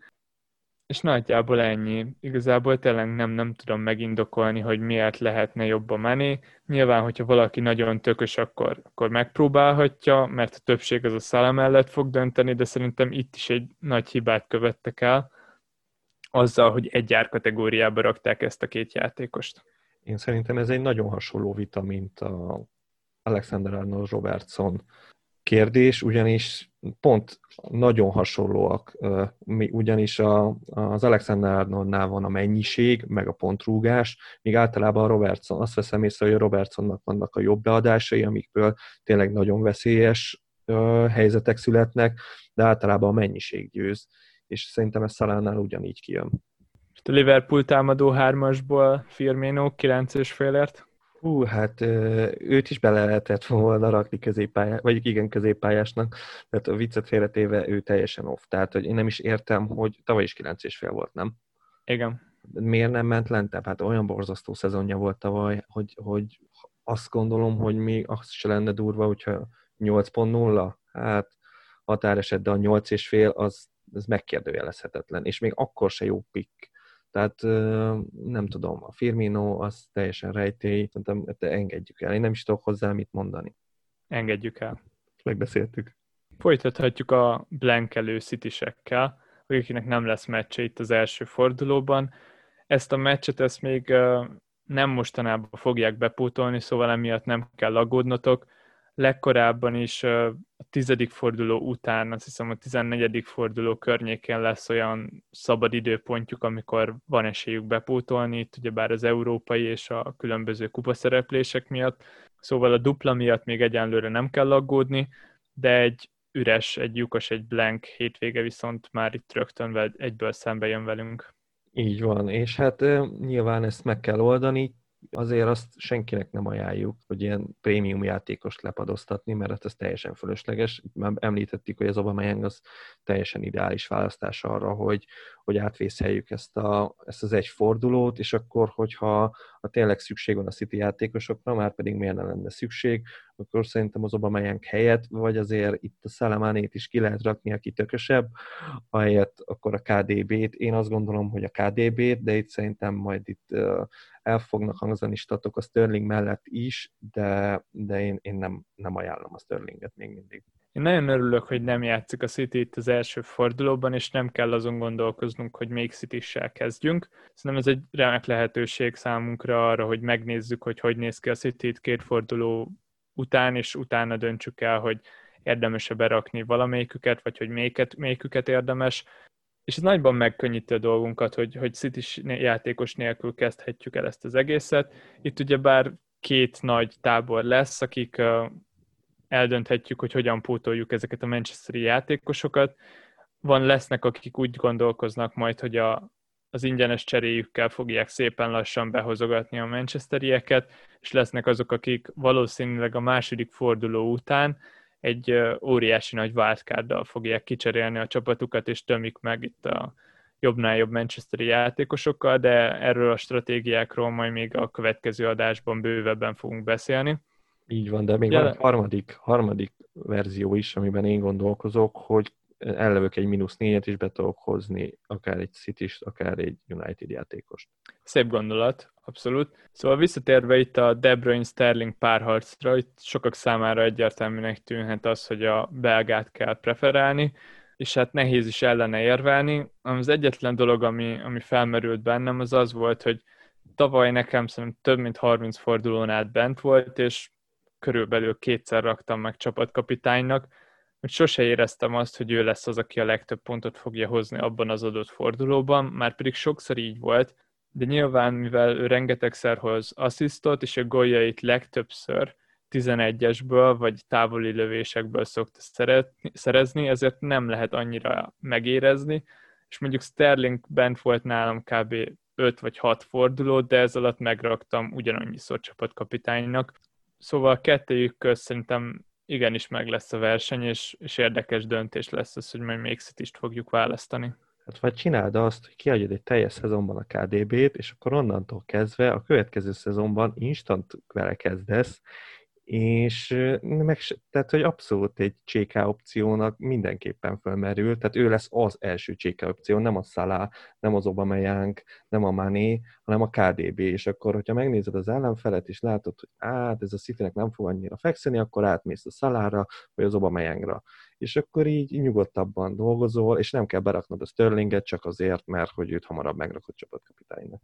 És nagyjából ennyi. Igazából tényleg nem tudom megindokolni, hogy miért lehetne jobb a Mané. Nyilván, hogyha valaki nagyon tökös, akkor megpróbálhatja, mert a többség az a Salah mellett fog dönteni, de szerintem itt is egy nagy hibát követtek el, azzal, hogy egy árkategóriába rakták ezt a két játékost. Én szerintem ez egy nagyon hasonló vita, mint a Alexander-Arnold Robertson kérdés, ugyanis pont nagyon hasonlóak, ugyanis az Alexander-Arnoldnál van a mennyiség, meg a pontrúgás, míg általában a Robertson, azt veszem észre, hogy a Robertsonnak vannak a jobb beadásai, amikből tényleg nagyon veszélyes helyzetek születnek, de általában a mennyiség győz, és szerintem ez Salánál ugyanígy kijön. A Liverpool támadó hármasból Firmino 9,5-ért? Hát őt is bele lehetett volna rakni középpályás, vagy igen, középpályásnak, tehát a viccet félretéve ő teljesen off. Tehát, hogy én nem is értem, hogy tavaly is 9,5 volt, nem? Igen. Miért nem ment lentebb? Hát olyan borzasztó szezonja volt tavaly, hogy azt gondolom, hogy még az se lenne durva, hogyha 8.0, hát határeset, de a 8,5 az megkérdőjelezhetetlen, és még akkor se jó pick. Tehát nem tudom, a Firmino az teljesen rejtély, szerintem engedjük el. Én nem is tudok hozzá mit mondani. Engedjük el. Megbeszéltük. Folytathatjuk a blankelő City-sekkel, akiknek nem lesz meccse itt az első fordulóban. Ezt a meccset ezt még nem mostanában fogják bepótolni, szóval emiatt nem kell aggódnotok. Legkorábban is a 10. forduló után, azt hiszem a 14. forduló környékén lesz olyan szabad időpontjuk, amikor van esélyük bepótolni, itt ugyebár az európai és a különböző kupaszereplések miatt. Szóval a dupla miatt még egyenlőre nem kell aggódni, de egy üres, egy lyukas, egy blank hétvége viszont már itt rögtön egyből szembe jön velünk. Így van, és hát nyilván ezt meg kell oldani, azért azt senkinek nem ajánljuk, hogy ilyen prémium játékost lepadoztatni, mert hát ez teljesen fölösleges. Már említettük, hogy az Aubameyang az teljesen ideális választás arra, hogy átvészeljük ezt az egy fordulót, és akkor, hogyha tényleg szükség van a City játékosokra, már pedig miért ne lenne szükség, akkor szerintem az Aubameyang helyett, vagy azért itt a Salamánét is ki lehet rakni, aki tökösebb, ahelyett akkor a KDB-t. Én azt gondolom, hogy a KDB-t, de itt szerintem majd itt el fognak hangzani statok a Sterling mellett is, de én nem ajánlom a Sterlinget még mindig. Én nagyon örülök, hogy nem játszik a City itt az első fordulóban, és nem kell azon gondolkoznunk, hogy még City-ssel kezdjünk. Szerintem ez egy remek lehetőség számunkra arra, hogy megnézzük, hogy néz ki a City két forduló után, és utána döntsük el, hogy érdemes-e berakni valamelyiküket, vagy hogy melyiküket érdemes. És ez nagyban megkönnyíti a dolgunkat, hogy City játékos nélkül kezdhetjük el ezt az egészet. Itt ugyebár két nagy tábor lesz, akik eldönthetjük, hogy hogyan pótoljuk ezeket a manchesteri játékosokat. Lesznek, akik úgy gondolkoznak majd, hogy az ingyenes cseréjükkel fogják szépen lassan behozogatni a manchesterieket, és lesznek azok, akik valószínűleg a második forduló után egy óriási nagy wildcarddal fogják kicserélni a csapatukat, és tömik meg itt a jobbnál jobb manchesteri játékosokkal, de erről a stratégiákról majd még a következő adásban bővebben fogunk beszélni. Így van, de még van egy harmadik verzió is, amiben én gondolkozok, hogy ellövök egy -4-et is be tudok hozni, akár egy City-st, akár egy United játékost. Szép gondolat, abszolút. Szóval visszatérve itt a De Bruyne-Sterling párharcra, itt sokak számára egyértelműnek tűnhet az, hogy a belgát kell preferálni, és hát nehéz is ellene érvelni. Az egyetlen dolog, ami felmerült bennem, az volt, hogy tavaly nekem szerintem több mint 30 fordulón át bent volt, és körülbelül 2-szer raktam meg csapatkapitánynak, hogy sose éreztem azt, hogy ő lesz az, aki a legtöbb pontot fogja hozni abban az adott fordulóban, már pedig sokszor így volt, de nyilván, mivel ő rengetegszer hoz asszisztot, és a góljait legtöbbször 11-esből, vagy távoli lövésekből szokta szerezni, ezért nem lehet annyira megérezni, és mondjuk Sterling bent volt nálam kb. 5 vagy 6 fordulót, de ez alatt megraktam ugyanannyiszor csapatkapitánynak. Szóval a kettőjük közt szerintem igenis meg lesz a verseny, és érdekes döntés lesz az, hogy majd még City-st fogjuk választani. Hát vagy csináld azt, hogy kiadjad egy teljes szezonban a KDB-t, és akkor onnantól kezdve a következő szezonban instant vele kezdesz, és tehát, hogy abszolút egy CK opciónak mindenképpen fölmerül, tehát ő lesz az első CK opció, nem a Salah, nem az Aubameyang, nem a Mané, hanem a KDB, és akkor, hogyha megnézed az ellenfelet, és látod, hogy ez a Citynek nem fog annyira fekszeni, akkor átmész a Salahra, vagy az Aubameyangra. És akkor így nyugodtabban dolgozol, és nem kell beraknod a Sterlinget csak azért, mert hogy őt hamarabb megrakod csapatkapitánynak.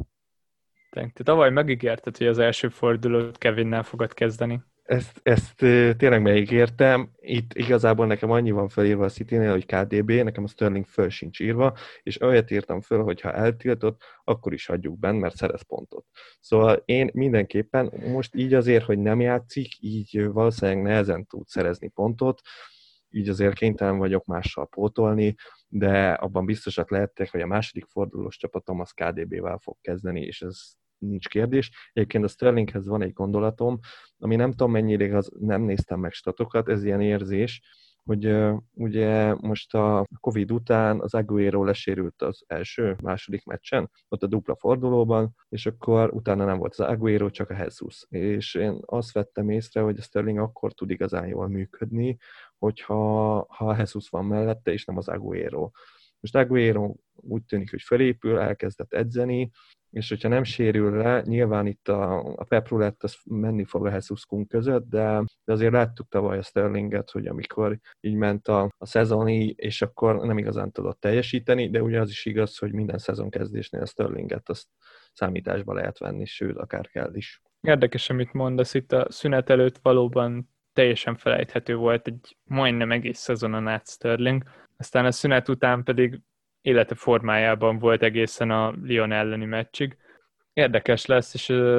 Te tavaly megígérted, hogy az első fordulót Kevinnel fogod kezdeni. Ezt tényleg megígértem. Itt igazából nekem annyi van felírva a Citynél, hogy KDB, nekem a Sterling föl sincs írva, és olyat írtam föl, hogy ha eltiltott, akkor is hagyjuk benne, mert szerez pontot. Szóval én mindenképpen most így azért, hogy nem játszik, így valószínűleg nehezen tud szerezni pontot, így azért kénytelen vagyok mással pótolni, de abban biztosak lehettek, hogy a második fordulós csapatom az KDB-vel fog kezdeni, és ez nincs kérdés. Egyébként a Sterlinghez van egy gondolatom, ami nem tudom mennyire igaz, nem néztem meg statokat, ez ilyen érzés, hogy ugye most a Covid után az Agüero lesérült az második meccsen, ott a dupla fordulóban, és akkor utána nem volt az Agüero, csak a Jesus. És én azt vettem észre, hogy a Sterling akkor tud igazán jól működni, hogyha a Jesus van mellette, és nem az Agüero. Most Agüero úgy tűnik, hogy felépül, elkezdett edzeni, és hogyha nem sérül le, nyilván itt a Pep Roulette az menni fog a Jesus-kunk között, de azért láttuk tavaly a Sterlinget, hogy amikor így ment a szezoni, és akkor nem igazán tudott teljesíteni, de ugye az is igaz, hogy minden szezon kezdésnél a Sterlinget azt számításba lehet venni, sőt, akár kell is. Érdekes, amit mondasz, itt a szünet előtt valóban teljesen felejthető volt egy majdnem egész szezonon át Sterling, aztán a szünet után pedig élete formájában volt egészen a Lyon elleni meccsig. Érdekes lesz, és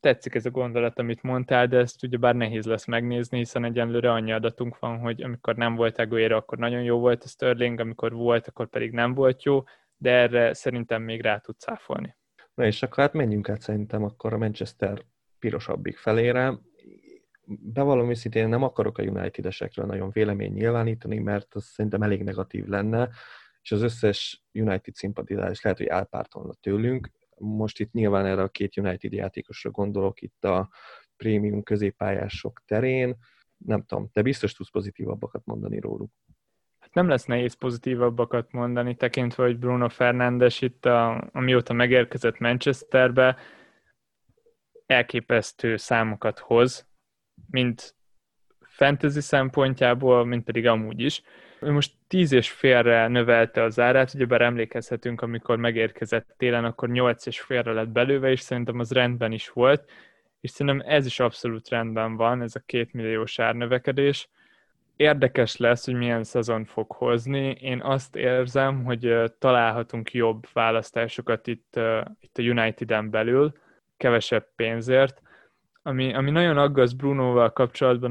tetszik ez a gondolat, amit mondtál, de ezt ugyebár nehéz lesz megnézni, hiszen egyenlőre annyi adatunk van, hogy amikor nem volt Aguero, akkor nagyon jó volt a Sterling, amikor volt, akkor pedig nem volt jó, de erre szerintem még rá tud cáfolni. Na és akkor hát menjünk át szerintem akkor a Manchester pirosabbik felére. Bevallom őszintén, nem akarok a United-esekről nagyon vélemény nyilvánítani, mert az szerintem elég negatív lenne, és az összes United szimpatizálás lehet, hogy elpártolna tőlünk. Most itt nyilván erre a két United játékosra gondolok itt a prémium középpályások terén. Nem tudom, te biztos tudsz pozitívabbakat mondani róluk. Hát nem lesz nehéz pozitívabbakat mondani, tekintve, hogy Bruno Fernandes itt, amióta megérkezett Manchesterbe, elképesztő számokat hoz, mind fantasy szempontjából, mind pedig amúgy is. Ő most 10,5-re növelte az árát, ugyebár emlékezhetünk, amikor megérkezett télen, akkor 8,5-re lett belőve, és szerintem az rendben is volt, és szerintem ez is abszolút rendben van, ez a 2 milliós árnövekedés. Érdekes lesz, hogy milyen szezon fog hozni. Én azt érzem, hogy találhatunk jobb választásokat itt a Uniteden belül, kevesebb pénzért. Ami nagyon aggaszt Brunoval kapcsolatban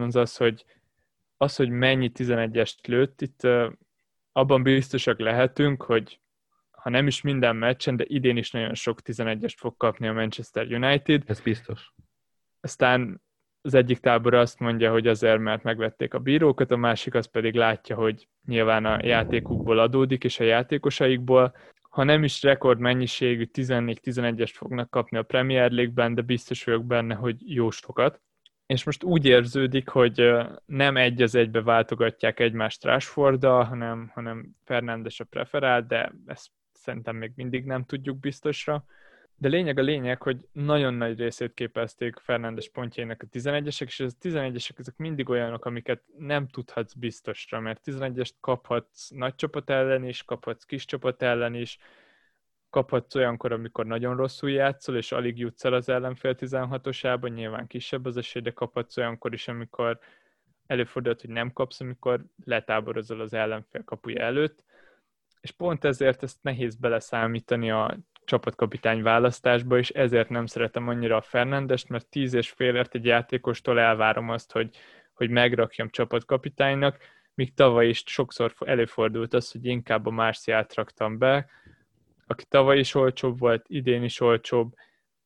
az, hogy mennyi 11-est lőtt. Itt abban biztosak lehetünk, hogy ha nem is minden meccsen, de idén is nagyon sok 11-est fog kapni a Manchester United. Ez biztos. Aztán az egyik tábor azt mondja, hogy azért, mert megvették a bírókat, a másik az pedig látja, hogy nyilván a játékukból adódik, és a játékosaikból. Ha nem is rekordmennyiségű 14-11-est fognak kapni a Premier League-ben, de biztos vagyok benne, hogy jó sokat. És most úgy érződik, hogy nem egy az egybe váltogatják egymást Rashforddal, hanem Fernandes a preferált, de ezt szerintem még mindig nem tudjuk biztosra. De lényeg a lényeg, hogy nagyon nagy részét képezték Fernandes pontjainak a 11-esek, és az 11-esek ezek mindig olyanok, amiket nem tudhatsz biztosra, mert 11-est kaphatsz nagy csapat ellen is, kaphatsz kis csapat ellen is, kaphatsz olyankor, amikor nagyon rosszul játszol, és alig jutsz el az ellenfél 16-osában, nyilván kisebb az esély, de kaphatsz olyankor is, amikor előfordult, hogy nem kapsz, amikor letáborozol az ellenfél kapuja előtt, és pont ezért ezt nehéz beleszámítani a csapatkapitány választásba, és ezért nem szeretem annyira a Fernandest, mert 10,5-ért egy játékostól elvárom azt, hogy megrakjam csapatkapitánynak, míg tavaly is sokszor előfordult az, hogy inkább a Martialt raktam be, aki tavaly is olcsóbb volt, idén is olcsóbb,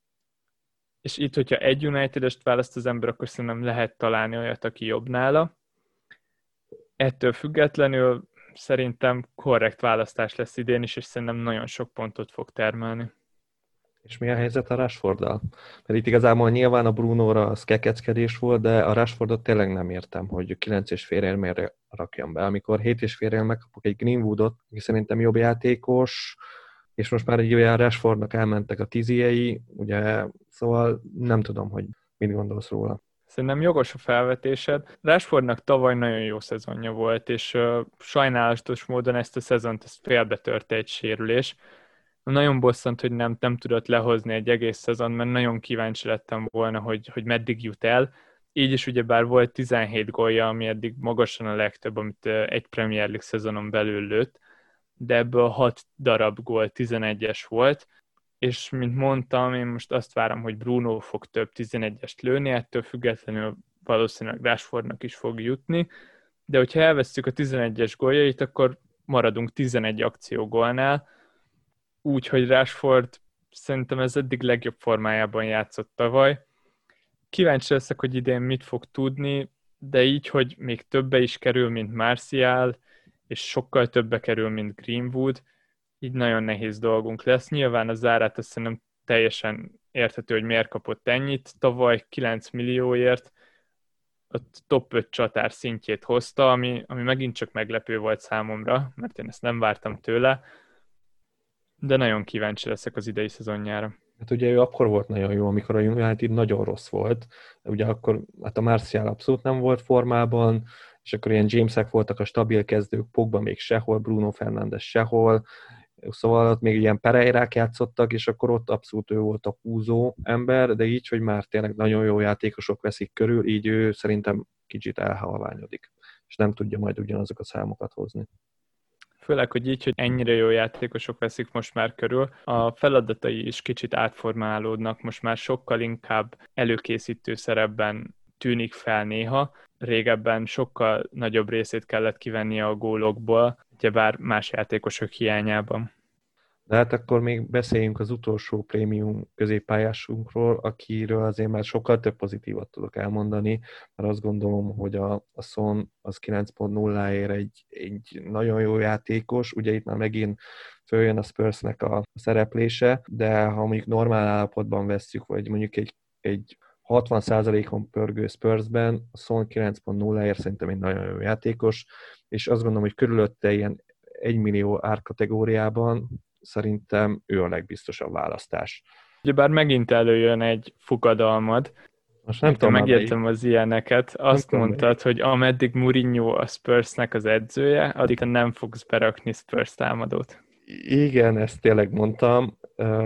és itt, hogyha egy United-est választ az ember, akkor szerintem lehet találni olyat, aki jobb nála. Ettől függetlenül szerintem korrekt választás lesz idén is, és szerintem nagyon sok pontot fog termelni. És mi a helyzet a Rashforddal? Mert itt igazából nyilván a Brunóra az kekeckedés volt, de a Rashfordot tényleg nem értem, hogy 9,5-ért miért rakjam be. Amikor 7,5-ért megkapok egy Greenwoodot, aki szerintem jobb játékos, és most már egy olyan Rashfordnak elmentek a tiziei, ugye, szóval nem tudom, hogy mit gondolsz róla. Szerintem jogos a felvetésed. Rashfordnak tavaly nagyon jó szezonja volt, és sajnálatos módon ezt a szezont félbetörte egy sérülés. Nagyon bosszant, hogy nem tudott lehozni egy egész szezon, mert nagyon kíváncsi lettem volna, hogy meddig jut el. Így is ugyebár volt 17 gólja, ami eddig magasan a legtöbb, amit egy Premier League szezonon belül lőtt, de ebből 6 darab gól 11-es volt, és mint mondtam, én most azt várom, hogy Bruno fog több 11-est lőni, ettől függetlenül valószínűleg Rashfordnak is fog jutni, de hogyha elvesztjük a 11-es góljait, akkor maradunk 11 akciógólnál, úgyhogy Rashford szerintem ez eddig legjobb formájában játszott tavaly. Kíváncsi leszek, hogy idén mit fog tudni, de így, hogy még többe is kerül, mint Martial, és sokkal többe kerül, mint Greenwood, így nagyon nehéz dolgunk lesz. Nyilván a zárát azt szerintem teljesen érthető, hogy miért kapott ennyit. Tavaly 9 millióért a top 5 csatár szintjét hozta, ami megint csak meglepő volt számomra, mert én ezt nem vártam tőle, de nagyon kíváncsi leszek az idei szezonjára. Hát ugye ő akkor volt nagyon jó, amikor a United nagyon rossz volt. Ugye akkor hát a Martial abszolút nem volt formában, és akkor ilyen Jamesek voltak a stabil kezdők, Pogba még sehol, Bruno Fernandes sehol, szóval ott még ilyen Pereirák játszottak, és akkor ott abszolút ő volt a húzó ember, de így, hogy már tényleg nagyon jó játékosok veszik körül, így ő szerintem kicsit elhalványodik, és nem tudja majd ugyanazok a számokat hozni. Főleg, hogy így, hogy ennyire jó játékosok veszik most már körül, a feladatai is kicsit átformálódnak, most már sokkal inkább előkészítő szerepben tűnik fel néha. Régebben sokkal nagyobb részét kellett kivennie a gólokból, ugyebár más játékosok hiányában. De hát akkor még beszéljünk az utolsó prémium középpályásunkról, akiről azért már sokkal több pozitívat tudok elmondani, mert azt gondolom, hogy a Son az 9.0-ért egy nagyon jó játékos, ugye itt már megint följön a Spursnek a szereplése, de ha mondjuk normál állapotban vesszük, vagy mondjuk egy 60%-on pörgő Spursben, a Son 9.0-ért szerintem egy nagyon jó játékos, és azt gondolom, hogy körülötte ilyen 1 millió árkategóriában szerintem ő a legbiztosabb választás. Ugyebár megint előjön egy fogadalmad. Most nem tudom, megértem az ilyeneket. Azt mondtad, hogy ameddig Mourinho a Spursnek az edzője, addig nem fogsz berakni Spurs támadót. Igen, ezt tényleg mondtam.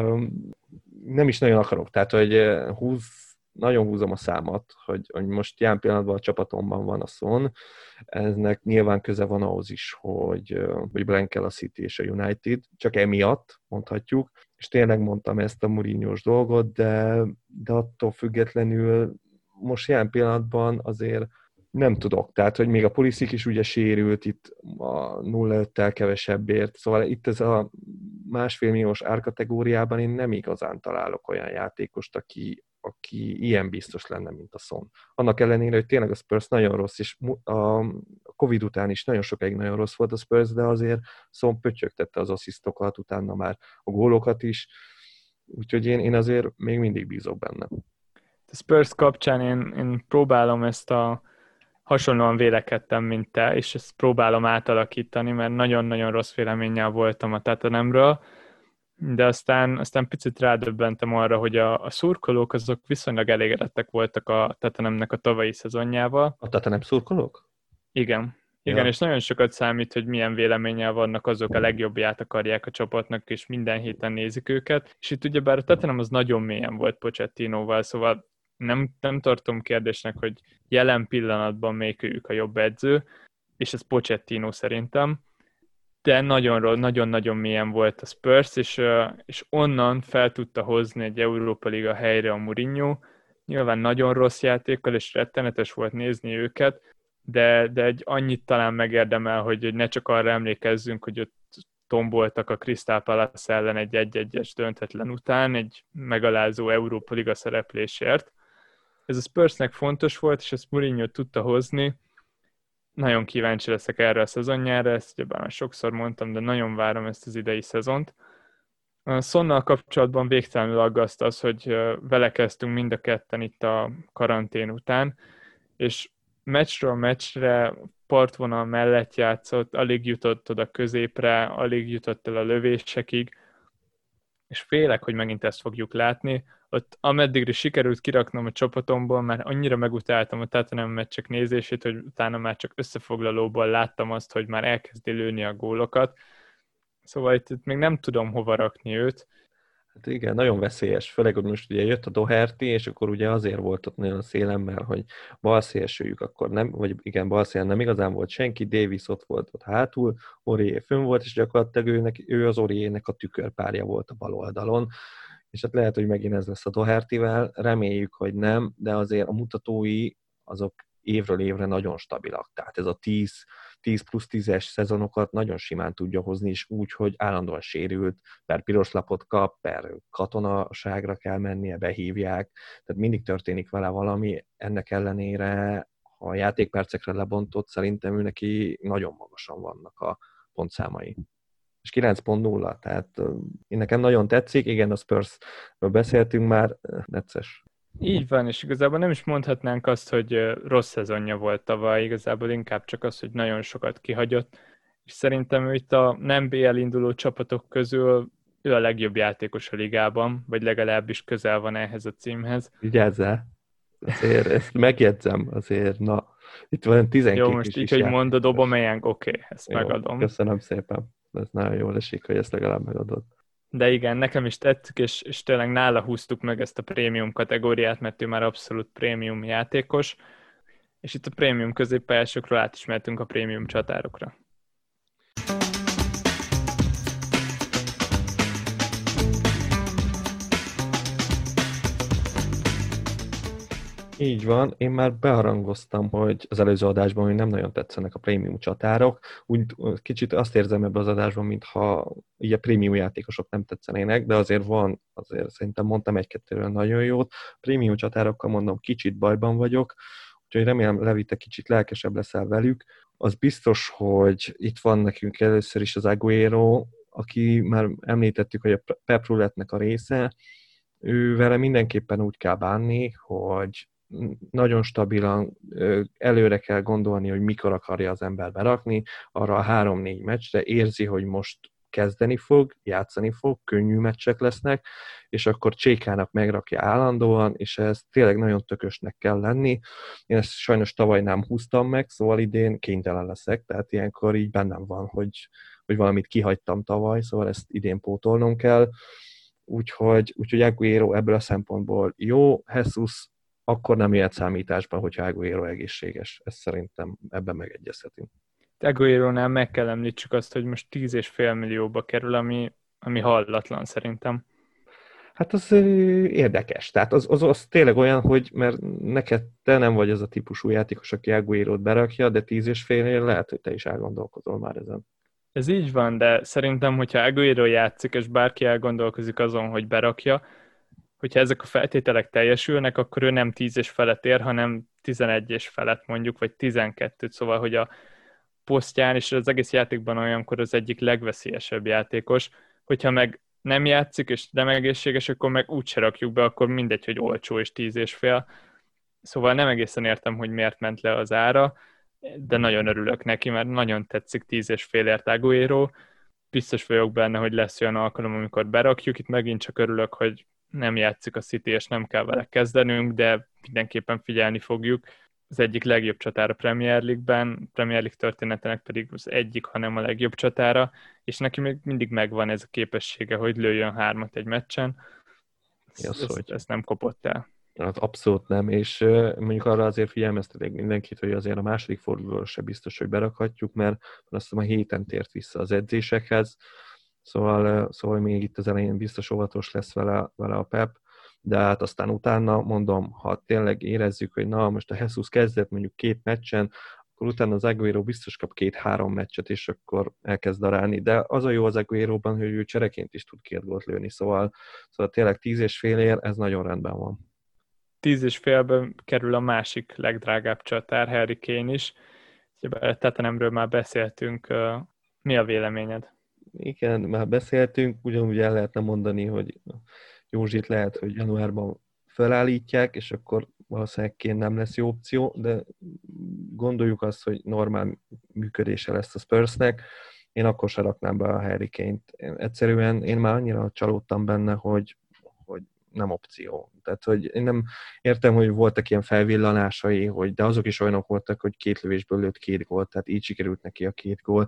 Nem is nagyon akarok. Tehát, hogy nagyon húzom a számat, hogy most jelen pillanatban a csapatomban van a Son. Eznek nyilván köze van ahhoz is, hogy blankel a City és a United. Csak emiatt mondhatjuk. És tényleg mondtam ezt a Mourinho-s dolgot, de attól függetlenül most jelen pillanatban azért nem tudok. Tehát, hogy még a Pulisic is ugye sérült itt a 0,5-tel kevesebbért. Szóval itt ez a 1,5 milliós árkategóriában én nem igazán találok olyan játékost, aki ilyen biztos lenne, mint a Son. Annak ellenére, hogy tényleg a Spurs nagyon rossz, és a Covid után is nagyon sokáig nagyon rossz volt a Spurs, de azért Son pöttyögtette az asszisztokat, utána már a gólokat is, úgyhogy én azért még mindig bízok benne. A Spurs kapcsán én próbálom ezt hasonlóan vélekedtem, mint te, és ezt próbálom átalakítani, mert nagyon-nagyon rossz véleménnyel voltam a Tottenhamről, de aztán picit rádöbbentem arra, hogy a szurkolók azok viszonylag elégedettek voltak a Tottenhamnek a tavalyi szezonjával. A Tottenham szurkolók? Igen, Ja. és nagyon sokat számít, hogy milyen véleménnyel vannak azok, a legjobbját akarják a csapatnak, és minden héten nézik őket. És itt ugyebár a Tottenham az nagyon mélyen volt Pochettinoval, szóval nem tartom kérdésnek, hogy jelen pillanatban melyikük a jobb edző, és ez Pochettino szerintem, de nagyon-nagyon mélyen volt a Spurs, és onnan fel tudta hozni egy Európa Liga helyre a Mourinho. Nyilván nagyon rossz játékkal, és rettenetes volt nézni őket, de egy annyit talán megérdemel, hogy ne csak arra emlékezzünk, hogy ott tomboltak a Crystal Palace ellen egy 1-1-es döntetlen után, egy megalázó Európa Liga szereplésért. Ez a Spursnek fontos volt, és ezt Mourinho tudta hozni. Nagyon kíváncsi leszek erre a szezonjára, ezt ugye már sokszor mondtam, de nagyon várom ezt az idei szezont. A Sonnal kapcsolatban végtelenül aggaszt az, hogy vele kezdtünk mind a ketten itt a karantén után, és meccsről meccsre partvonal mellett játszott, alig jutott oda középre, alig jutott el a lövésekig, és félek, hogy megint ezt fogjuk látni. Ott ameddigre sikerült kiraknom a csapatomból, már annyira megutáltam a Tottenham meccsek nézését, hogy utána már csak összefoglalóból láttam azt, hogy már elkezdi lőni a gólokat. Szóval itt még nem tudom hova rakni őt. Hát igen, nagyon veszélyes, főleg, hogy most ugye jött a Doherty, és akkor ugye azért volt ott nagyon szélemmel, hogy balszélsőjük akkor nem, vagy igen, balszélen nem igazán volt senki, Davis ott volt ott hátul, Aurier fönn volt, és gyakorlatilag ő az Auriernek a tükörpárja volt a bal oldalon, és hát lehet, hogy megint ez lesz a Dohertyvel, reméljük, hogy nem, de azért a mutatói azok évről évre nagyon stabilak, tehát ez a 10 plusz 10-es szezonokat nagyon simán tudja hozni, és úgy, hogy állandóan sérült, per piros lapot kap, per katonaságra kell mennie, behívják, tehát mindig történik vele valami, ennek ellenére, ha a játékpercekre lebontott, szerintem ő neki nagyon magasan vannak a pontszámai. És 9.0, tehát én nekem nagyon tetszik, igen, a Spursről beszéltünk már, necces. Így van, és igazából nem is mondhatnánk azt, hogy rossz szezonja volt tavaly, igazából inkább csak az, hogy nagyon sokat kihagyott, és szerintem ő itt a nem BL induló csapatok közül ő a legjobb játékos a ligában, vagy legalábbis közel van ehhez a címhez. Vigyázzál, azért ezt megjegyzem, azért na, itt van 12 jó, most így, hogy mondod, Aubameyang, oké, ezt jó, megadom. Köszönöm szépen, ez nagyon jól esik, hogy ezt legalább megadod. De igen, nekem is tetszik, és tényleg nála húztuk meg ezt a prémium kategóriát, mert ő már abszolút prémium játékos, és itt a prémium középpályásokról át is mehetünk a prémium csatárokra. Így van, én már beharangoztam, hogy az előző adásban, hogy nem nagyon tetszenek a prémium csatárok. Úgy kicsit azt érzem ebben az adásban, mintha így a prémium játékosok nem tetszenének, de azért szerintem mondtam egy-kettőről nagyon jót. A prémium csatárokkal mondom, kicsit bajban vagyok, úgyhogy remélem Levi, te kicsit lelkesebb leszel velük. Az biztos, hogy itt van nekünk először is az Agüero, aki már említettük, hogy a Pep Roulette-nek a része. Ő vele mindenképpen úgy kell bánni, hogy nagyon stabilan előre kell gondolni, hogy mikor akarja az ember berakni, arra a 3-4 meccsre érzi, hogy most kezdeni fog, játszani fog, könnyű meccsek lesznek, és akkor Csékának megrakja állandóan, és ez tényleg nagyon tökösnek kell lenni. Én ezt sajnos tavaly nem húztam meg, szóval idén kénytelen leszek, tehát ilyenkor így bennem van, hogy valamit kihagytam tavaly, szóval ezt idén pótolnom kell. Úgyhogy Agüero ebből a szempontból jó, Jesus akkor nem jöhet számításban, hogyha Agüero egészséges. Ezt szerintem ebben megegyezhetünk. Agüerónál meg kell említsük azt, hogy most 10,5 millióba kerül, ami hallatlan szerintem. Hát az érdekes. Tehát az tényleg olyan, hogy mert neked te nem vagy az a típusú játékos, aki Agüerót berakja, de 10,5-nél lehet, hogy te is elgondolkozol már ezen. Ez így van, de szerintem, hogyha Agüero játszik, és bárki elgondolkozik azon, hogy berakja, hogyha ezek a feltételek teljesülnek, akkor ő nem 10 és felett ér, hanem 11 és felett mondjuk, vagy 12-t, szóval, hogy a posztján és az egész játékban olyankor az egyik legveszélyesebb játékos, hogyha meg nem játszik, és nem egészséges, akkor meg úgyse rakjuk be, akkor mindegy, hogy olcsó és 10 és fél. Szóval nem egészen értem, hogy miért ment le az ára, de nagyon örülök neki, mert nagyon tetszik 10 és félért Agüero. Biztos vagyok benne, hogy lesz olyan alkalom, amikor berakjuk. Itt megint csak örülök, hogy nem játszik a City, és nem kell vele kezdenünk, de mindenképpen figyelni fogjuk. Az egyik legjobb csatára Premier League-ben, Premier League történetének pedig az egyik, hanem a legjobb csatára, és neki még mindig megvan ez a képessége, hogy lőjön 3-at egy meccsen. Ezt nem kopott el. Hát abszolút nem, és mondjuk arra azért figyelmeztetek mindenkit, hogy azért a második fordulóra se biztos, hogy berakhatjuk, mert azt hiszem a héten tért vissza az edzésekhez, szóval még itt az elején biztos óvatos lesz vele a Pep, de hát aztán utána mondom, ha tényleg érezzük, hogy na most a Jesus kezdett mondjuk 2 meccsen, akkor utána az Agüero biztos kap 2-3 meccset, és akkor elkezd darálni, de az a jó az Agüeróban, hogy ő csereként is tud 2 gólt lőni, szóval tényleg 10,5 ér, ez nagyon rendben van. 10,5-ben kerül a másik legdrágább csatár, Harry Kane is. Tottenhamről már beszéltünk. Mi a véleményed? Igen, már beszéltünk, ugyanúgy el lehetne mondani, hogy Józsit lehet, hogy januárban felállítják, és akkor valószínűleg Kane nem lesz jó opció, de gondoljuk azt, hogy normál működése lesz a Spursnek, én akkor se raknám be a Harry Kane-t. Egyszerűen én már annyira csalódtam benne, hogy nem opció. Tehát, hogy én nem értem, hogy voltak ilyen felvillanásai, de azok is olyanok voltak, hogy 2 lövésből lőtt 2 gólt, tehát így sikerült neki a 2 gól.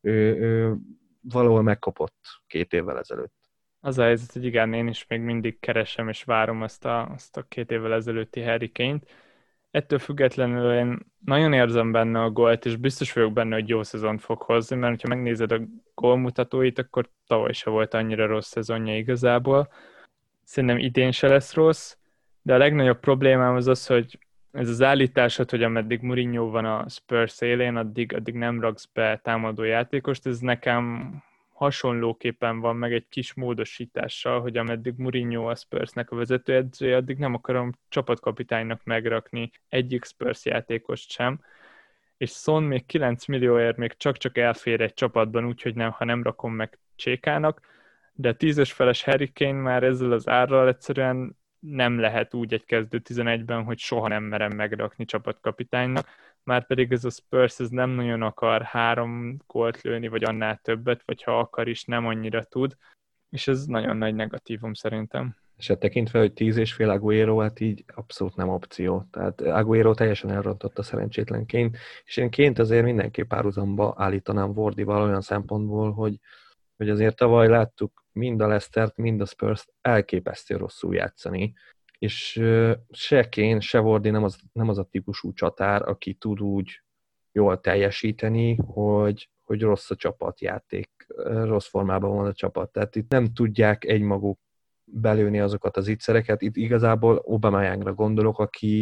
Ő valahol megkapott 2 évvel ezelőtt. Az a helyzet, hogy igen, én is még mindig keresem és várom azt a 2 évvel ezelőtti Harry Kane-t. Ettől függetlenül én nagyon érzem benne a gólt, és biztos vagyok benne, hogy jó szezont fog hozni, mert ha megnézed a gólmutatóit, akkor tavaly se volt annyira rossz szezonja igazából. Szerintem idén se lesz rossz, de a legnagyobb problémám az, hogy ez az állításod, hogy ameddig Mourinho van a Spurs élén, addig nem raksz be támadó játékost, ez nekem hasonlóképpen van, meg egy kis módosítással, hogy ameddig Mourinho a Spursnek a vezetőedzője, addig nem akarom csapatkapitánynak megrakni egyik Spurs játékost sem, és Son még 9 millióért még csak-csak elfér egy csapatban, úgyhogy ha nem rakom meg Csékának, de 10-es feles Harry Kane már ezzel az árral egyszerűen nem lehet úgy egy kezdő 11-ben, hogy soha nem merem megrakni csapatkapitánynak, már pedig ez a Spurs ez nem nagyon akar 3 gólt lőni, vagy annál többet, vagy ha akar is, nem annyira tud, és ez nagyon nagy negatívum szerintem. És tekintve, hogy 10,5 Agüero, hát így abszolút nem opció. Tehát Agüero teljesen elrontotta szerencsétlenként, és én Kane-t azért mindenképp párhuzamba állítanám Wardyval olyan szempontból, hogy azért tavaly láttuk mind a Leicestert, mind a Spurs elképesztő rosszul játszani, és se Kane, se Wardy nem az a típusú csatár, aki tud úgy jól teljesíteni, hogy rossz a csapatjáték, rossz formában van a csapat. Tehát itt nem tudják egymaguk belőni azokat az ígyszereket. Itt igazából Aubameyangra gondolok, aki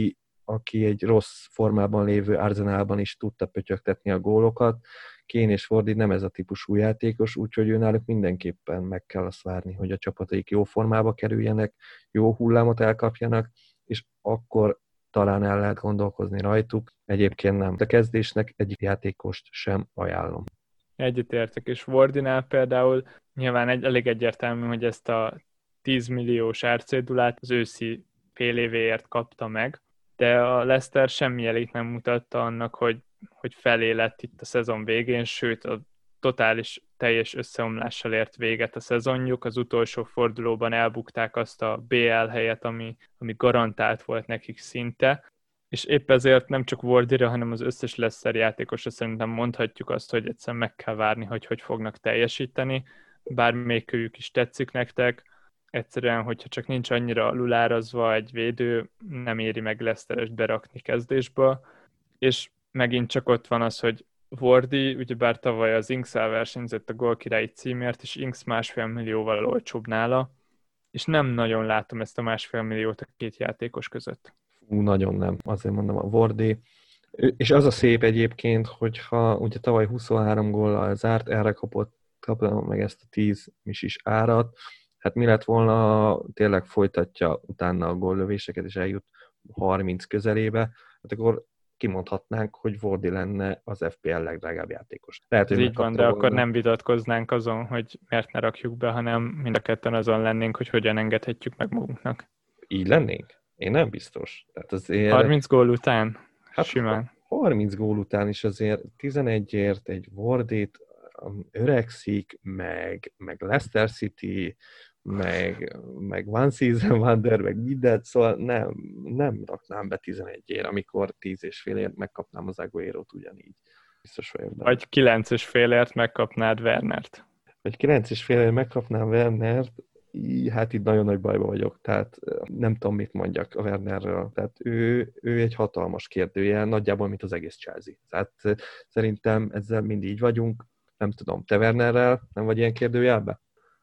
aki egy rossz formában lévő Arsenalban is tudta pötyögtetni a gólokat. Kane és Wardy nem ez a típusú játékos, úgyhogy ő náluk mindenképpen meg kell azt várni, hogy a csapataik jó formába kerüljenek, jó hullámot elkapjanak, és akkor talán el lehet gondolkozni rajtuk. Egyébként nem. A kezdésnek egyik játékost sem ajánlom. Egyetértek, és Wardynál például nyilván elég egyértelmű, hogy ezt a 10 milliós árcédulát az őszi fél évéért kapta meg, de a Leicester semmi jelét nem mutatta annak, hogy felé lett itt a szezon végén, sőt a totális teljes összeomlással ért véget a szezonjuk. Az utolsó fordulóban elbukták azt a BL helyet, ami garantált volt nekik szinte, és épp ezért nem csak Wardyra, hanem az összes Leicester játékosra szerintem mondhatjuk azt, hogy egyszerűen meg kell várni, hogy fognak teljesíteni, bármelyikőjük is tetszik nektek, egyszerűen, hogyha csak nincs annyira lulárazva egy védő, nem éri meg Leicesterest berakni kezdésből, és megint csak ott van az, hogy Wardy, ugyebár tavaly az Inks-el versenyzett a gólkirályi címért, és Inks 1,5 millióval olcsóbb nála, és nem nagyon látom ezt a 1,5 milliót a két játékos között. Nagyon nem, azért mondom, a Wardy. És az a szép egyébként, hogyha ugye tavaly 23 góllal zárt, erre kapta meg ezt a 10 is árat, hát mi lett volna, tényleg folytatja utána a góllövéseket, és eljut 30 közelébe, hát akkor kimondhatnánk, hogy Wardy lenne az FPL legdrágább játékos. Lehet, hogy így van, de volna. Akkor nem vitatkoznánk azon, hogy miért ne rakjuk be, hanem mind a ketten azon lennénk, hogy hogyan engedhetjük meg magunknak. Így lennénk? Én nem biztos. Tehát azért, 30 gól után? Hát simán. 30 gól után is azért 11-ért egy Wardyt öregszik, meg Leicester City, meg One Season Wonder, meg mindent, szóval nem raknám be 11-ért, amikor 10,5-ért megkapnám az Aguero-t ugyanígy. Biztos vagyok benne. Vagy 9,5-ért megkapnád Wernert. Vagy 9,5-ért megkapnám Wernert, hát itt nagyon nagy bajba vagyok, tehát nem tudom, mit mondjak a Wernerről. Tehát ő egy hatalmas kérdőjel, nagyjából, mint az egész Chelsea. Tehát szerintem ezzel mind így vagyunk. Nem tudom, te Wernerrel nem vagy ilyen kérdőjelbe?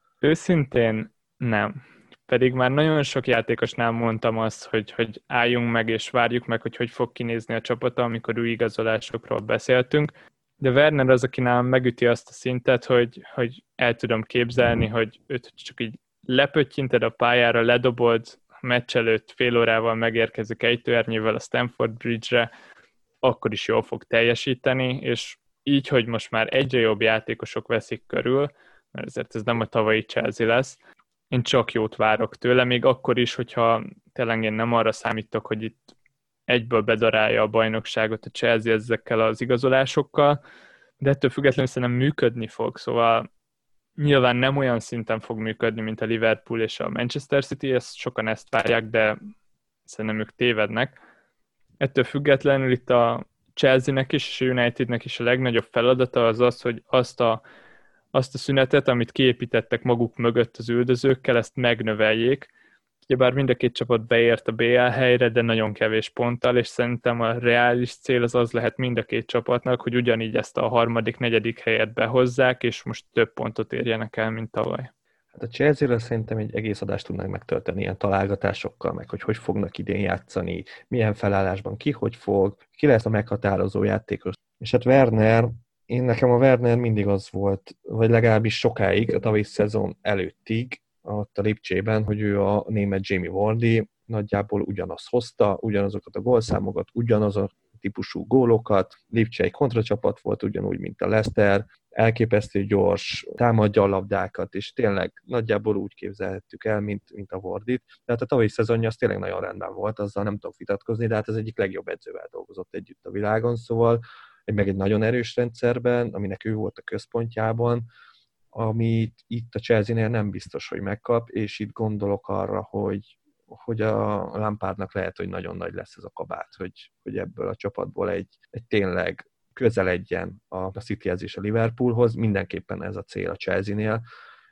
Őszintén nem. Pedig már nagyon sok játékosnál mondtam azt, hogy álljunk meg és várjuk meg, hogy fog kinézni a csapata, amikor új igazolásokról beszéltünk. De Werner az, aki nálam megüti azt a szintet, hogy el tudom képzelni, hogy őt csak így lepöttyinted a pályára, ledobod, a meccs előtt fél órával megérkezik ejtőernyővel a Stamford Bridge-re, akkor is jól fog teljesíteni, és így, hogy most már egyre jobb játékosok veszik körül, mert ezért ez nem a tavalyi Chelsea lesz, én csak jót várok tőle, még akkor is, hogyha tényleg én nem arra számítok, hogy itt egyből bedarálja a bajnokságot a Chelsea ezekkel az igazolásokkal, de ettől függetlenül szerintem működni fog, szóval nyilván nem olyan szinten fog működni, mint a Liverpool és a Manchester City, sokan ezt várják, de szerintem ők tévednek. Ettől függetlenül itt a Chelsea-nek is, és a Unitednek is a legnagyobb feladata az az, hogy azt a szünetet, amit kiépítettek maguk mögött az üldözőkkel, ezt megnöveljék. Ugyebár mind a két csapat beért a BL helyre, de nagyon kevés ponttal, és szerintem a reális cél az lehet mind a két csapatnak, hogy ugyanígy ezt a harmadik, negyedik helyet behozzák, és most több pontot érjenek el, mint tavaly. Hát a Chelsea-ről szerintem egy egész adást tudnánk megtölteni ilyen találgatásokkal, meg hogy fognak idén játszani, milyen felállásban ki hogy fog, ki lesz a meghatározó játékos. És hát nekem a Werner mindig az volt, vagy legalábbis sokáig, a tavalyi szezon előttig, ott a Lipcsében, hogy ő a német Jamie Vardy nagyjából ugyanazt hozta, ugyanazokat a gólszámokat, ugyanaz a típusú gólokat, Lipcse egy kontracsapat volt, ugyanúgy, mint a Leicester, elképesztő gyors, támadja a labdákat, és tényleg nagyjából úgy képzelhettük el, mint a Vardyt. Tehát a tavalyi szezonja az tényleg nagyon rendben volt, azzal nem tudok vitatkozni, de hát ez egyik legjobb edzővel dolgozott együtt a világon, szóval meg egy nagyon erős rendszerben, aminek ő volt a központjában, amit itt a Chelsea-nél nem biztos, hogy megkap, és itt gondolok arra, hogy a Lampardnak lehet, hogy nagyon nagy lesz ez a kabát, hogy ebből a csapatból egy tényleg közeledjen a Cityhez és a Liverpoolhoz. Mindenképpen ez a cél a Chelsea-nél.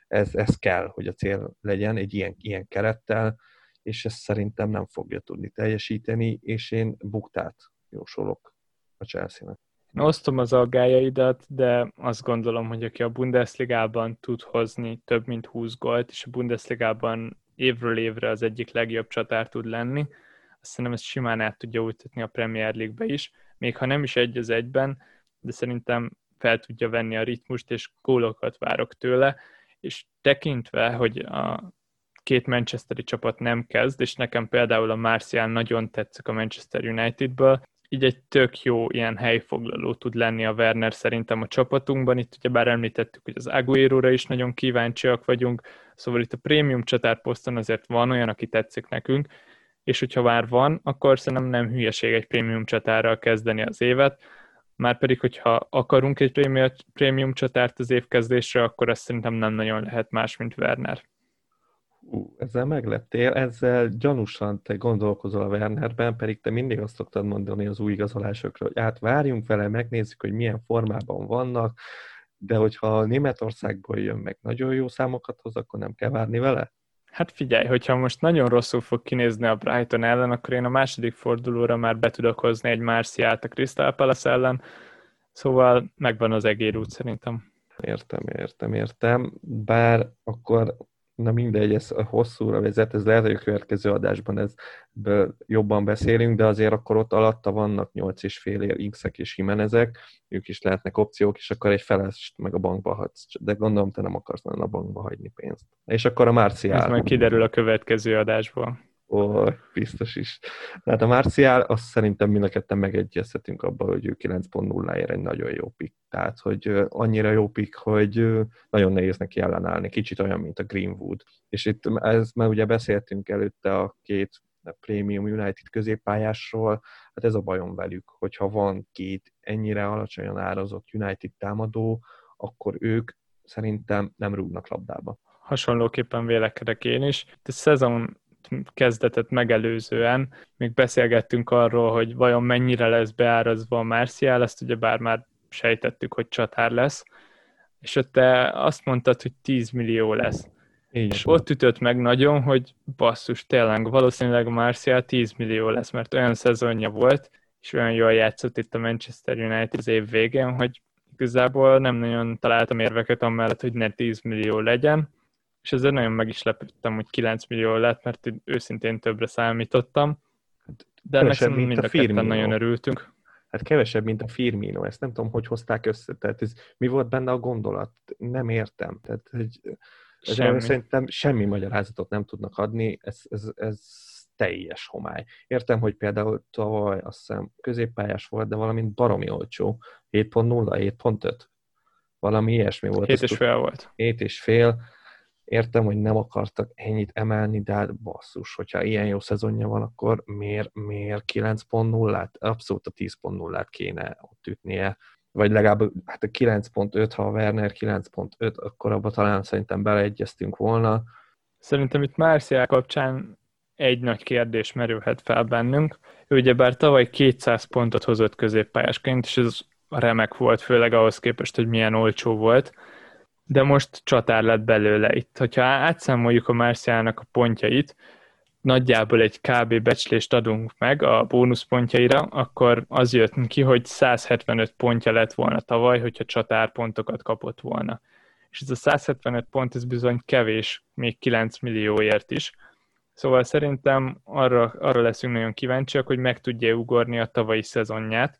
Ez kell, hogy a cél legyen egy ilyen kerettel, és ezt szerintem nem fogja tudni teljesíteni, és én buktát jósolok a Chelsea-nek. Én osztom az aggályaidat, de azt gondolom, hogy aki a Bundesligában tud hozni több mint 20 gólt, és a Bundesligában évről évre az egyik legjobb csatár tud lenni, szerintem ezt simán át tudja ültetni a Premier League-be is, még ha nem is 1-1-ben, de szerintem fel tudja venni a ritmust, és gólokat várok tőle, és tekintve, hogy a két manchesteri csapat nem kezd, és nekem például a Martial nagyon tetszik a Manchester Unitedből, így egy tök jó ilyen helyfoglaló tud lenni a Werner szerintem a csapatunkban. Itt ugyebár említettük, hogy az Agüero-ra is nagyon kíváncsiak vagyunk, szóval itt a prémium csatárposzton azért van olyan, aki tetszik nekünk, és hogyha már van, akkor szerintem nem hülyeség egy prémium csatárral kezdeni az évet, márpedig, hogyha akarunk egy prémium csatárt az évkezdésre, akkor azt szerintem nem nagyon lehet más, mint Werner. Ezzel megleptél, ezzel gyanúsan te gondolkozol a Wernerben, pedig te mindig azt szoktad mondani az új igazolásokra, hogy várjunk vele, megnézzük, hogy milyen formában vannak, de hogyha Németországból jön meg nagyon jó számokat hoz, akkor nem kell várni vele? Hát figyelj, hogyha most nagyon rosszul fog kinézni a Brighton ellen, akkor én a második fordulóra már be tudok hozni egy Martialt a Crystal Palace ellen, szóval megvan az egérút szerintem. Értem. Bár akkor, na mindegy, ez hosszúra vezet, ez lehet, hogy a következő adásban ebből jobban beszélünk, de azért akkor ott alatta vannak 8,5 X-ek és Jimenezek, ők is lehetnek opciók, és akkor egy felest meg a bankba hagysz. De gondolom, te nem akarsz a bankba hagyni pénzt. És akkor a Martial. Ez majd kiderül a következő adásból. Ó, biztos is. Tehát a Martial, azt szerintem mind a ketten megegyezhetünk abban, hogy ő 9.0-ért egy nagyon jó pick. Tehát, hogy annyira jó pick, hogy nagyon nehéz neki ellenállni. Kicsit olyan, mint a Greenwood. És itt ez már ugye beszéltünk előtte a két Premium United középpályásról, hát ez a bajom velük, hogyha van két ennyire alacsonyan árazott United támadó, akkor ők szerintem nem rúgnak labdába. Hasonlóképpen vélekedek én is. A szezon kezdetet megelőzően még beszélgettünk arról, hogy vajon mennyire lesz beárazva a Martial, ezt ugyebár már sejtettük, hogy csatár lesz, és ott te azt mondtad, hogy 10 millió lesz. Így és van. ott ütött meg nagyon, hogy basszus, tényleg valószínűleg a Martial 10 millió lesz, mert olyan szezonja volt, és olyan jól játszott itt a Manchester United az év végén, hogy igazából nem nagyon találtam érveket amellett, hogy ne 10 millió legyen, és ezzel nagyon meg is lepődtem, hogy 9 millió lett, mert őszintén többre számítottam, de ennek szerintem mind a ketten nagyon örültünk. Hát kevesebb, mint a Firmino, ezt nem tudom, hogy hozták össze, tehát mi volt benne a gondolat? Nem értem, tehát hogy szerintem semmi magyarázatot nem tudnak adni, ez teljes homály. Értem, hogy például tavaly azt hiszem középpályás volt, de valamint baromi olcsó, 7.0, 7.5, valami ilyesmi volt. 7,5 volt. 7,5. Értem, hogy nem akartak ennyit emelni, de hát basszus, hogyha ilyen jó szezonja van, akkor miért 9.0-át? Abszolút a 10.0-át kéne ott ütnie. Vagy legalább hát a 9.5, ha a Werner 9.5, akkor abba talán szerintem beleegyeztünk volna. Szerintem itt Martial kapcsán egy nagy kérdés merülhet fel bennünk. Ő ugyebár tavaly 200 pontot hozott középpályásként, és ez remek volt, főleg ahhoz képest, hogy milyen olcsó volt. De most csatár lett belőle itt. Hogyha átszámoljuk a Martialnak a pontjait, nagyjából egy kb. Becslést adunk meg a bónuszpontjaira, akkor az jött ki, hogy 175 pontja lett volna tavaly, hogyha csatárpontokat kapott volna. És ez a 175 pont, ez bizony kevés, még 9 millióért is. Szóval szerintem arra leszünk nagyon kíváncsiak, hogy meg tudja ugorni a tavalyi szezonját,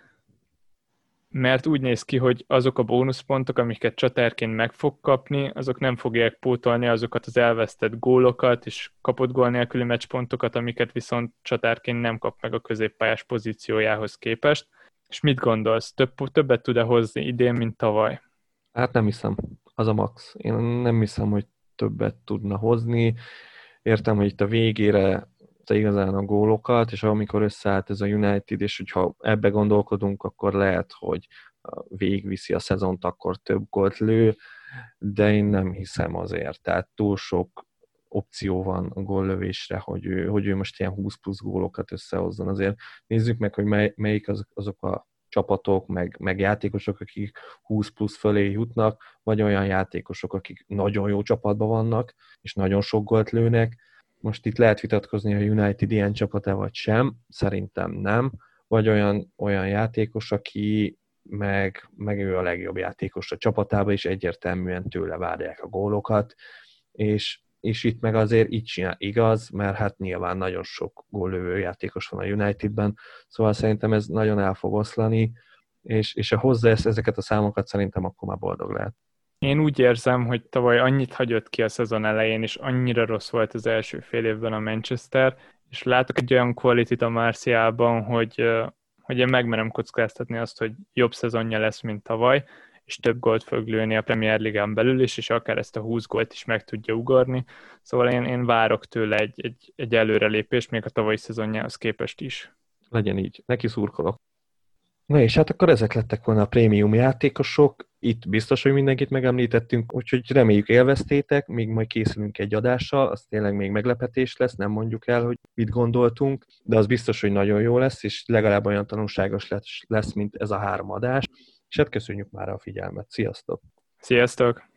mert úgy néz ki, hogy azok a bónuszpontok, amiket csatárként meg fog kapni, azok nem fogják pótolni azokat az elvesztett gólokat és kapott gól nélküli meccspontokat, amiket viszont csatárként nem kap meg a középpályás pozíciójához képest. És mit gondolsz? Többet tud-e hozni idén, mint tavaly? Hát nem hiszem. Az a max. Én nem hiszem, hogy többet tudna hozni. Értem, hogy itt a végére igazán a gólokat, és amikor összeállt ez a United, és hogyha ebbe gondolkodunk, akkor lehet, hogy végigviszi a szezont, akkor több gólt lő, de én nem hiszem azért. Tehát túl sok opció van a góllövésre, hogy ő most ilyen 20 plusz gólokat összehozzon. Azért nézzük meg, hogy melyik azok a csapatok, meg játékosok, akik 20 plusz fölé jutnak, vagy olyan játékosok, akik nagyon jó csapatban vannak, és nagyon sok gólt lőnek. Most itt lehet vitatkozni, hogy a United ilyen csapata vagy sem, szerintem nem, vagy olyan játékos, aki meg ő a legjobb játékos a csapatában, és egyértelműen tőle várják a gólokat, és és itt meg azért így csinál, igaz, mert hát nyilván nagyon sok góllövő játékos van a Unitedben, szóval szerintem ez nagyon el fog oszlani, és ha hozzá ezeket a számokat, szerintem akkor már boldog lehet. Én úgy érzem, hogy tavaly annyit hagyott ki a szezon elején, és annyira rossz volt az első fél évben a Manchester, és látok egy olyan quality-t a Martialban, hogy én megmerem kockáztatni azt, hogy jobb szezonja lesz, mint tavaly, és több gólt fog lőni a Premier Ligán belül is, és akár ezt a 20 gólt is meg tudja ugorni. Szóval én várok tőle egy előrelépést, még a tavalyi szezonjához képest is. Legyen így, neki szurkolok. Na és hát akkor ezek lettek volna a prémium játékosok, itt biztos, hogy mindenkit megemlítettünk, úgyhogy reméljük élveztétek, még majd készülünk egy adással, az tényleg még meglepetés lesz, nem mondjuk el, hogy mit gondoltunk, de az biztos, hogy nagyon jó lesz, és legalább olyan tanulságos lesz, mint ez a 3 adás, és hát köszönjük már a figyelmet, sziasztok! Sziasztok!